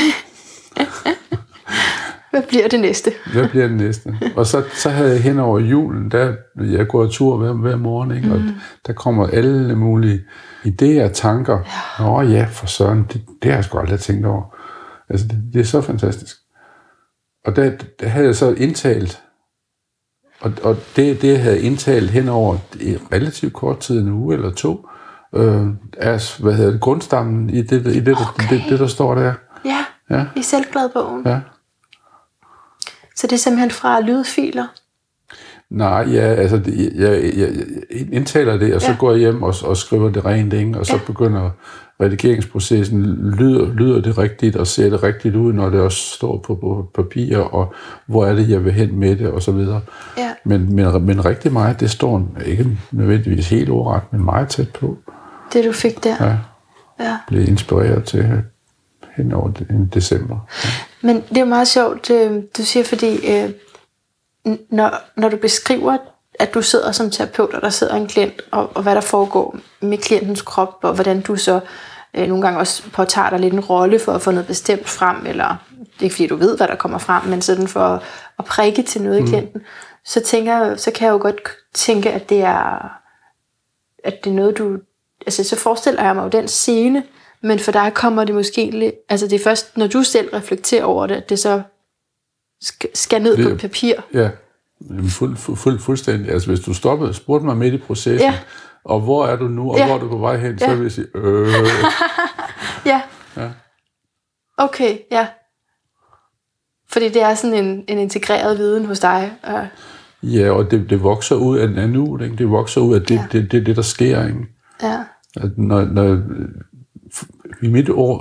Hvad bliver det næste? Hvad bliver det næste? Og så havde jeg hen over julen, jeg går tur hver morgen, ikke? Og der kommer alle mulige idéer og tanker. Ja, for søren, det har jeg sgu aldrig tænkt over. Altså, det er så fantastisk. Og der havde jeg så indtalt, og det jeg havde indtalt hen over relativt kort tid, en uge eller 2, er, grundstammen i det, der står der. Ja, i Selvgladbogen. Ja. Så det er simpelthen fra lydfiler? Nej, altså jeg indtaler det, og så går jeg hjem og skriver det rent, ikke? Og så begynder redigeringsprocessen, lyder det rigtigt, og ser det rigtigt ud, når det også står på papir, og hvor er det, jeg vil hen med det, og så videre. Ja. Men rigtig meget, det står ikke nødvendigvis helt ordret, men meget tæt på. Det du fik der? Ja. Blev inspireret til hen over december. Ja. Men det er meget sjovt, du siger, fordi når du beskriver, at du sidder som terapeut, og der sidder en klient, og hvad der foregår med klientens krop, og hvordan du så nogle gange også påtager dig lidt en rolle for at få noget bestemt frem, eller ikke fordi du ved, hvad der kommer frem, men sådan for at prikke til noget i klienten, så kan jeg jo godt tænke, at det er noget, du... Altså, så forestiller jeg mig jo den scene, men for dig kommer det måske... Altså, det er først, når du selv reflekterer over det, at det så skal ned på et papir. Ja, fuldstændig. Altså, hvis du spurgte mig midt i processen, og hvor er du nu, og hvor er du på vej hen, så vil jeg sige, Ja. Okay, ja. Fordi det er sådan en integreret viden hos dig. Ja, og det vokser ud af nuet, ikke? Det vokser ud af det der sker, ikke? Ja. At når i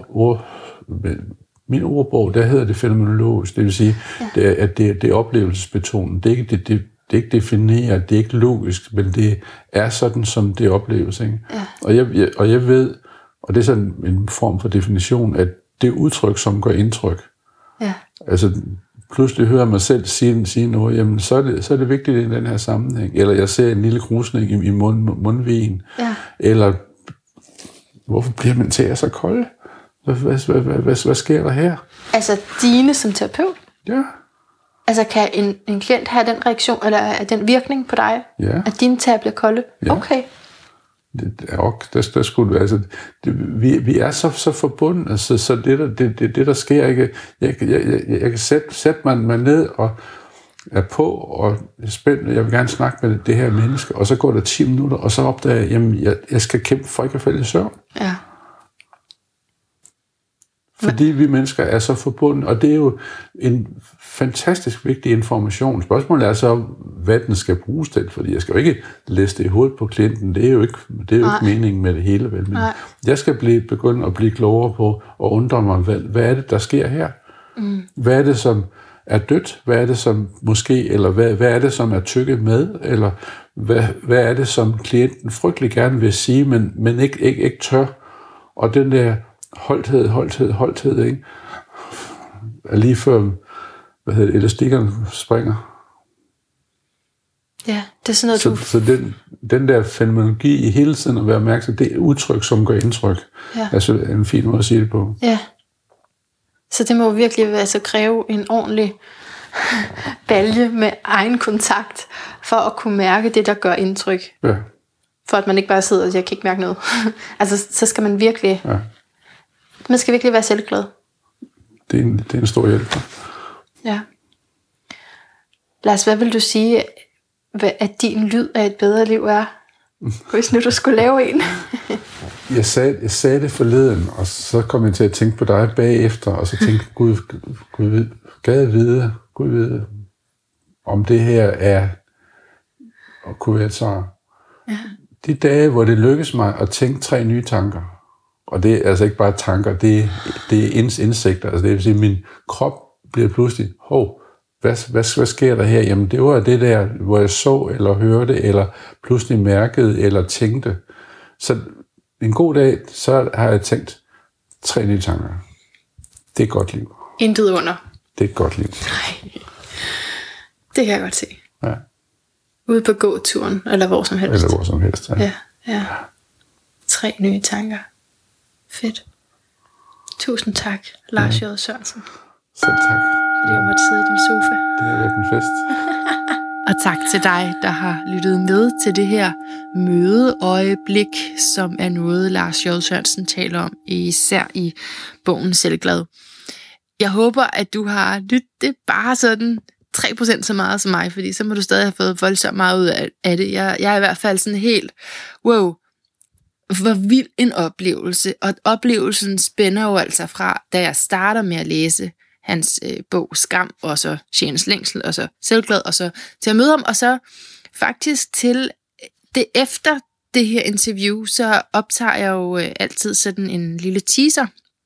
min ordbog, der hedder det fænomenologisk, det vil sige, at det er oplevelsesbetonet. Det er ikke defineret, det er ikke logisk, men det er sådan, som det opleves. Ikke? Ja. Og jeg ved, og det er sådan en form for definition, at det udtryk, som gør indtryk. Ja. Altså, pludselig hører mig selv sige noget, jamen, så er det vigtigt i den her sammenhæng. Eller jeg ser en lille krusning i mundvigen. Ja. Eller, hvorfor bliver min tæer så kolde? Hvad sker der her? Altså dine som terapeut? Ja. Altså kan en klient have den reaktion, eller den virkning på dig? Ja. At dine tæer bliver kolde? Ja. Okay. Der skulle altså, vi er så forbundet, altså, så det der sker ikke. Jeg kan sætte mig ned og er på, og er spændt, jeg vil gerne snakke med det her menneske, og så går der 10 minutter, og så opdager jeg, jamen, jeg skal kæmpe for ikke at falde i søvn. Ja. Fordi vi mennesker er så forbundet, og det er jo en fantastisk vigtig information. Spørgsmålet er så, hvad den skal bruges til, fordi jeg skal jo ikke læse det i hovedet på klienten. Det er jo ikke meningen med det hele, vel? Men jeg skal begynde at blive klogere på og undre mig, hvad er det, der sker her? Hvad er det, som er dødt? Hvad er det, som måske, eller hvad er det, som er tykket med? Eller hvad er det, som klienten frygtelig gerne vil sige, men ikke tør? Og den der holdthed, ikke? Er lige før, elastikkerne springer. Ja, det er sådan noget, så den der fænomenologi i hele tiden at være opmærksom, det er udtryk, som gør indtryk. Ja. Altså en fin måde at sige det på. Ja. Så det må virkelig kræve en ordentlig balje med egen kontakt, for at kunne mærke det, der gør indtryk. Ja. For at man ikke bare sidder og jeg kan ikke mærke noget. Altså, så skal man virkelig... Ja. Man skal virkelig være selvglad. Det er en stor hjælp. Ja. Lars, hvad vil du sige, at din lyd af et bedre liv er? Hvis nu du skulle lave en. Jeg sagde det forleden, og så kom jeg til at tænke på dig bagefter, og så tænkte Gud vide, om det her er at kunne være et svar. Ja. De dage, hvor det lykkes mig at tænke 3 nye tanker, og det er altså ikke bare tanker, det er indsigter, altså det vil sige, at min krop bliver pludselig, hvad sker der her? Jamen det var det der, hvor jeg så, eller hørte, eller pludselig mærkede, eller tænkte. Så en god dag, så har jeg tænkt 3 nye tanker. Det er et godt liv. Intet under. Det er et godt liv. Nej. Det kan jeg godt se. Ja. Ude på gåturen, eller hvor som helst. Eller hvor som helst, ja. 3 nye tanker. Fedt. Tusind tak, Lars J. Sørensen. Selv tak. Fordi jeg måtte sidde i din sofa. Det har været en fest. Og tak til dig, der har lyttet med til det her mødeøjeblik, som er noget, Lars J. Sørensen taler om, især i bogen Selvglad. Jeg håber, at du har lyttet bare sådan 3% så meget som mig, fordi så må du stadig have fået voldsomt meget ud af det. Jeg er i hvert fald sådan helt, wow, hvor vild en oplevelse. Og oplevelsen spænder jo altså fra, da jeg starter med at læse hans bog Skam, og så Sjælens Længsel, og så Selvglad, og så til at møde ham, og så faktisk til det efter det her interview, så optager jeg jo altid sådan en lille teaser,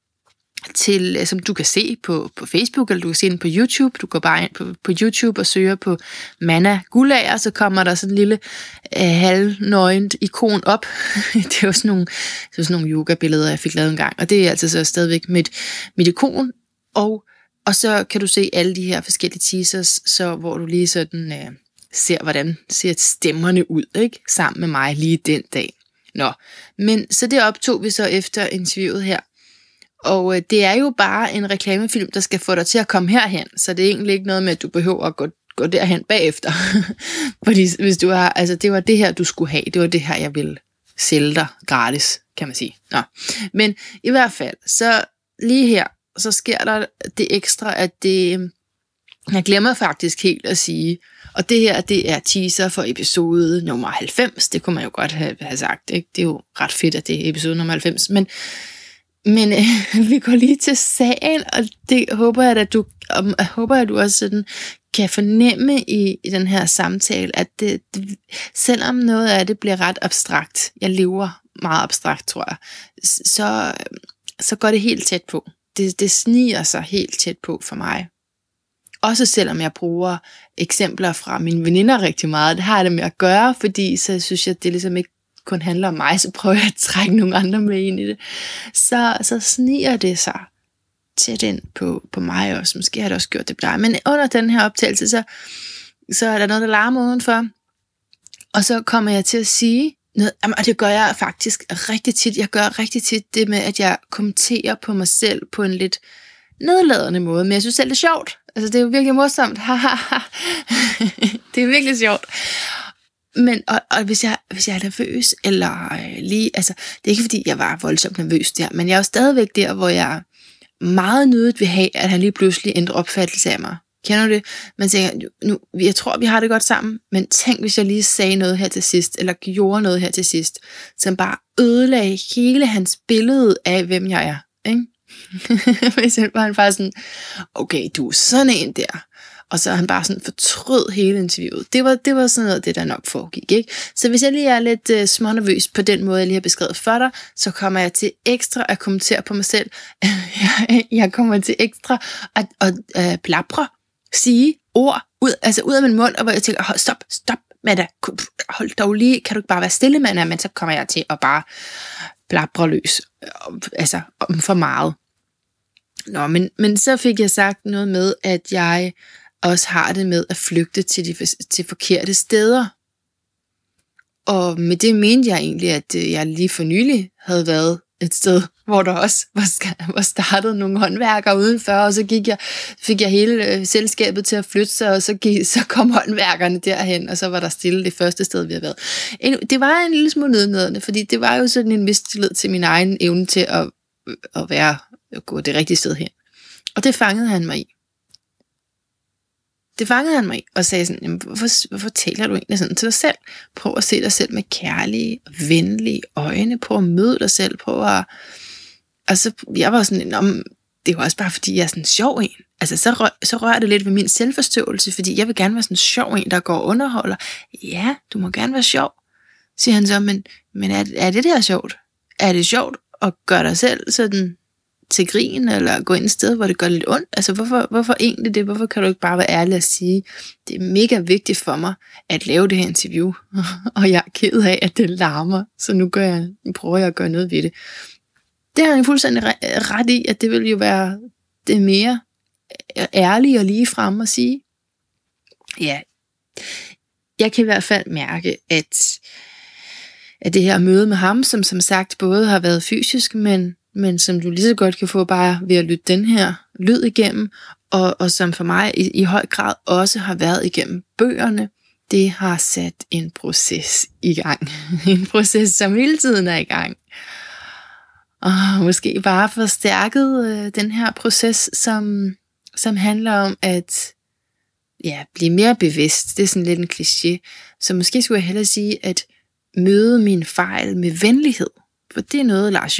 til, som du kan se på Facebook, eller du kan se den på YouTube. Du går bare ind på YouTube og søger på Manna Guldager, så kommer der sådan en lille halvnøgent ikon op. Det er jo sådan nogle yoga-billeder, jeg fik lavet en gang, og det er altså så stadigvæk mit ikon, og så kan du se alle de her forskellige teasers, så hvor du lige sådan ser, hvordan ser stemmerne ud, ikke? Sammen med mig lige den dag. Nå, men så det optog vi så efter interviewet her. Og det er jo bare en reklamefilm, der skal få dig til at komme herhen, så det er egentlig ikke noget med, at du behøver at gå derhen bagefter. Fordi hvis du har, altså det var det her, du skulle have, det var det her, jeg ville sælge dig gratis, kan man sige. Nå. Men i hvert fald, så lige her, så sker der det ekstra, at jeg glemmer faktisk helt at sige, og det her, det er teaser for episode nummer 90, det kunne man jo godt have sagt, ikke? Det er jo ret fedt, at det er episode nummer 90, men vi går lige til sagen, og det håber jeg, at du også sådan kan fornemme i den her samtale, at det, selvom noget af det bliver ret abstrakt, jeg lever meget abstrakt, tror jeg, så går det helt tæt på. Det sniger sig helt tæt på for mig. Også selvom jeg bruger eksempler fra mine veninder rigtig meget, det har jeg det med at gøre, fordi så synes jeg, at det ligesom ikke kun handler om mig, så prøver jeg at trække nogle andre med ind i det. Så sniger det sig tæt ind på mig også. Måske har det også gjort det på dig. Men under den her optagelse, så er der noget, der larmer udenfor. Og så kommer jeg til at sige noget, og det gør jeg faktisk rigtig tit. Jeg gør rigtig tit det med, at jeg kommenterer på mig selv på en lidt nedladende måde, men jeg synes selv, det er sjovt. Altså, det er jo virkelig morsomt. Det er virkelig sjovt. Men og hvis jeg er nervøs, eller lige, altså, det er ikke fordi, jeg var voldsomt nervøs der, men jeg er jo stadigvæk der, hvor jeg meget nødigt vil have, at han lige pludselig ændrer opfattelse af mig. Kender du det? Man tænker, nu, jeg tror, vi har det godt sammen, men tænk, hvis jeg lige sagde noget her til sidst, eller gjorde noget her til sidst, som bare ødelagde hele hans billede af, hvem jeg er. Ikke? Hvis han bare sådan, okay, du er sådan en der. Og så han bare sådan fortrød hele interviewet. Det var sådan noget, det der nok foregik, ikke? Så hvis jeg lige er lidt smånervøs på den måde, jeg lige har beskrevet for dig, så kommer jeg til ekstra at kommentere på mig selv. Jeg kommer til ekstra at plapre sige ord ud af min mund, og hvor jeg tænker, stop, Manda, hold dog lige, kan du ikke bare være stille, Manda, men så kommer jeg til at bare blabre løs, altså for meget. Nå, men så fik jeg sagt noget med, at jeg også har det med at flygte til forkerte steder. Og med det mente jeg egentlig, at jeg lige for nylig havde været et sted, hvor der også var startet nogle håndværkere udenfor, og så fik jeg hele selskabet til at flytte sig, og så kom håndværkerne derhen, og så var der stille det første sted, vi havde været. Det var en lille smule nednedende, fordi det var jo sådan en mistillid til min egen evne til at gå det rigtige sted hen. Og det fangede han mig i. Og sagde sådan, jamen, hvorfor taler du egentlig sådan til dig selv? Prøv at se dig selv med kærlige, venlige øjne. Prøv at møde dig selv. Altså, jeg var sådan, det var også bare fordi, jeg er sådan en sjov en. Altså, så rører det lidt ved min selvforståelse, fordi jeg vil gerne være sådan en sjov en, der går og underholder. Ja, du må gerne være sjov, siger han så, men er det der sjovt? Er det sjovt at gøre dig selv sådan til grin, eller gå ind et sted, hvor det gør lidt ondt? Altså, hvorfor egentlig det? Hvorfor kan du ikke bare være ærlig og sige, det er mega vigtigt for mig at lave det her interview, og jeg er ked af, at det larmer, så nu prøver jeg at gøre noget ved det. Det har jeg fuldstændig ret i, at det vil jo være det mere ærlige og lige frem at sige. Ja, jeg kan i hvert fald mærke, at det her møde med ham, som sagt både har været fysisk, men som du lige så godt kan få bare ved at lytte den her lyd igennem, og som for mig i høj grad også har været igennem bøgerne, det har sat en proces i gang. En proces, som hele tiden er i gang. Og måske bare forstærket den her proces, som handler om at blive mere bevidst. Det er sådan lidt en kliché. Så måske skulle jeg hellere sige, at møde min fejl med venlighed. For det er noget Lars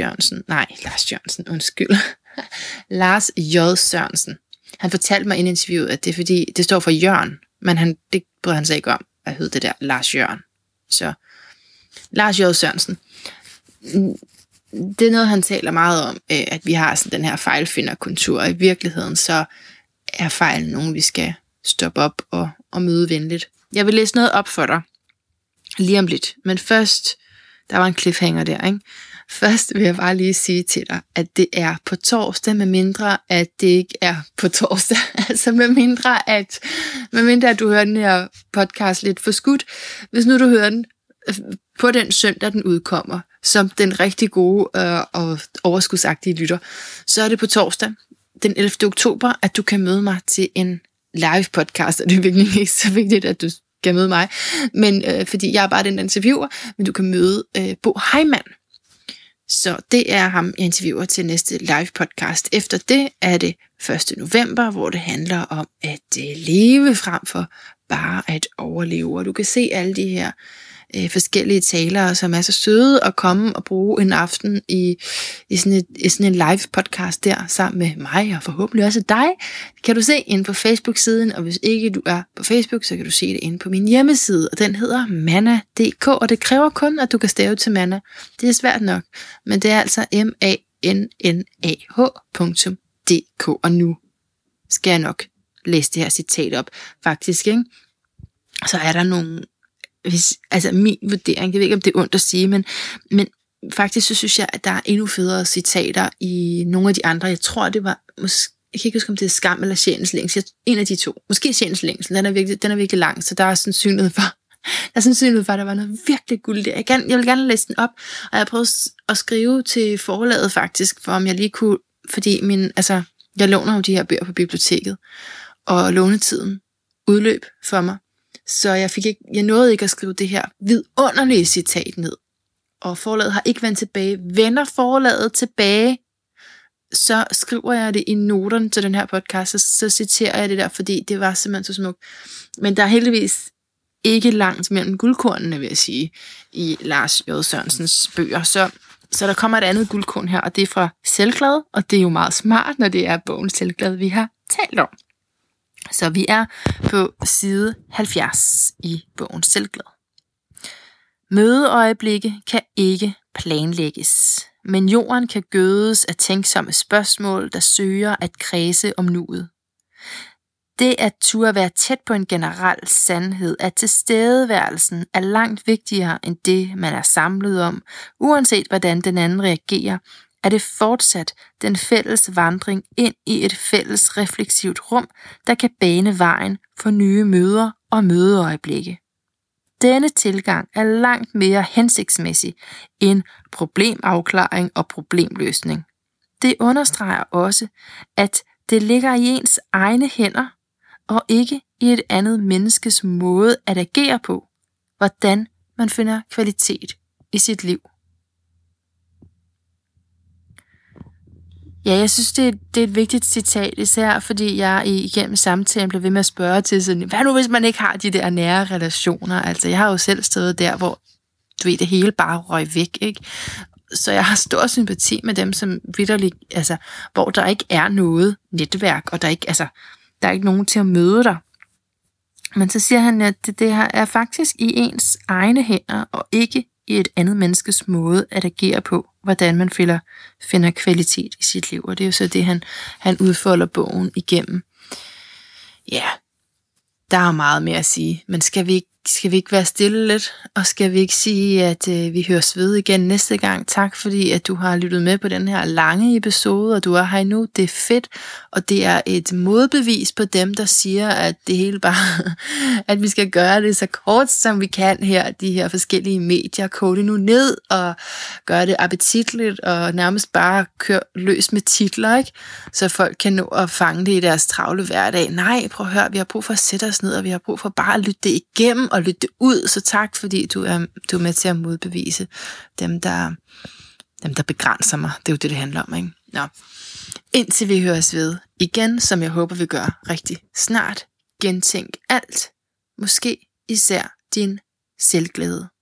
J. Sørensen. Han fortalte mig i interviewet, at det er fordi, det står for Jørgen, men det bryder han sig ikke om, at hedde det der Lars Jørgen. Så Lars J. Sørensen. Det er noget, han taler meget om, at vi har sådan den her fejlfinderkultur. I virkeligheden så er fejlen nogen, vi skal stoppe op og møde venligt. Jeg vil læse noget op for dig lige om lidt, men først, der var en cliffhanger der, ikke? Først vil jeg bare lige sige til dig, at det er på torsdag, med mindre at det ikke er på torsdag. Altså med mindre at du hører den her podcast lidt for skudt. Hvis nu du hører den på den søndag, den udkommer, som den rigtig gode og overskudsagtige lytter, så er det på torsdag, den 11. oktober, at du kan møde mig til en live podcast, og det er virkelig ikke så vigtigt, at du kan møde mig, men fordi jeg er bare den interviewer, men du kan møde Bo Heimann. Så det er ham, jeg interviewer til næste live podcast. Efter det er det 1. november, hvor det handler om at leve frem for bare at overleve. Og du kan se alle de her forskellige talere, som er så søde at komme og bruge en aften i sådan en live podcast der, sammen med mig og forhåbentlig også dig. Kan du se inde på Facebook-siden, og hvis ikke du er på Facebook, så kan du se det inde på min hjemmeside, og den hedder manna.dk, og det kræver kun, at du kan stave til Manna. Det er svært nok, men det er altså mannah.dk, og nu skal jeg nok læse det her citat op, faktisk, ikke? Så er der nogle min vurdering, jeg ved ikke, om det er ondt at sige, men faktisk så synes jeg, at der er endnu federe citater i nogle af de andre. Jeg tror, det var, jeg kan ikke huske, om det er Skam eller Sjælens Længsel. En af de to. Måske Sjælens Længsel. Den er virkelig lang, så der er sandsynlighed for, at der var noget virkelig guld der. Jeg vil gerne læse den op, og jeg prøvede at skrive til forlaget faktisk, for om jeg lige kunne, fordi jeg låner jo de her bøger på biblioteket, og lånetiden udløb for mig. Så jeg nåede ikke at skrive det her vidunderlige citat ned. Og forlaget har ikke vendt tilbage. Vender forlaget tilbage, så skriver jeg det i noterne til den her podcast, så citerer jeg det der, fordi det var simpelthen så smukt. Men der er heldigvis ikke langt mellem guldkornene, vil jeg sige, i Lars J. Sørensens bøger. Så der kommer et andet guldkorn her, og det er fra Selvglad, og det er jo meget smart, når det er bogen Selvglad, vi har talt om. Så vi er på side 70 i bogen Selvglad. Mødeøjeblikke kan ikke planlægges, men jorden kan gødes af tænksomme spørgsmål, der søger at kredse om nuet. Det at turde være tæt på en generel sandhed, at tilstedeværelsen er langt vigtigere end det, man er samlet om, uanset hvordan den anden reagerer, er det fortsat den fælles vandring ind i et fælles refleksivt rum, der kan bane vejen for nye møder og mødeøjeblikke. Denne tilgang er langt mere hensigtsmæssig end problemafklaring og problemløsning. Det understreger også, at det ligger i ens egne hænder, og ikke i et andet menneskes måde at agere på, hvordan man finder kvalitet i sit liv. Ja, jeg synes, det er et vigtigt citat, især fordi jeg igennem samtalen blev ved med at spørge til sådan, hvad nu hvis man ikke har de der nære relationer? Altså, jeg har jo selv stået der, hvor det hele bare røg væk, ikke? Så jeg har stor sympati med dem, som vitterligt, altså, hvor der ikke er noget netværk, og der er ikke nogen til at møde dig. Men så siger han, at det her er faktisk i ens egne hænder, og ikke i et andet menneskes måde at agere på, hvordan man finder kvalitet i sit liv. Og det er jo så det, han udfolder bogen igennem. Ja, der er meget mere at sige, men skal vi ikke være stille lidt, og skal vi ikke sige, at vi høres ved igen næste gang? Tak fordi, at du har lyttet med på den her lange episode, og du er her endnu. Det er fedt, og det er et modbevis på dem, der siger, at det hele bare, at vi skal gøre det så kort, som vi kan her, de her forskellige medier. Kode det nu ned, og gøre det appetitligt, og nærmest bare køre løs med titler, ikke? Så folk kan nå at fange det i deres travle hverdag. Nej, prøv at høre, vi har brug for at sætte os ned, og vi har brug for bare at lytte det igennem, og lytte det ud, så tak, fordi du er med til at modbevise dem, der begrænser mig. Det er jo det handler om, ikke? Nå. Indtil vi høres ved igen, som jeg håber, vi gør rigtig snart. Gentænk alt. Måske især din selvglæde.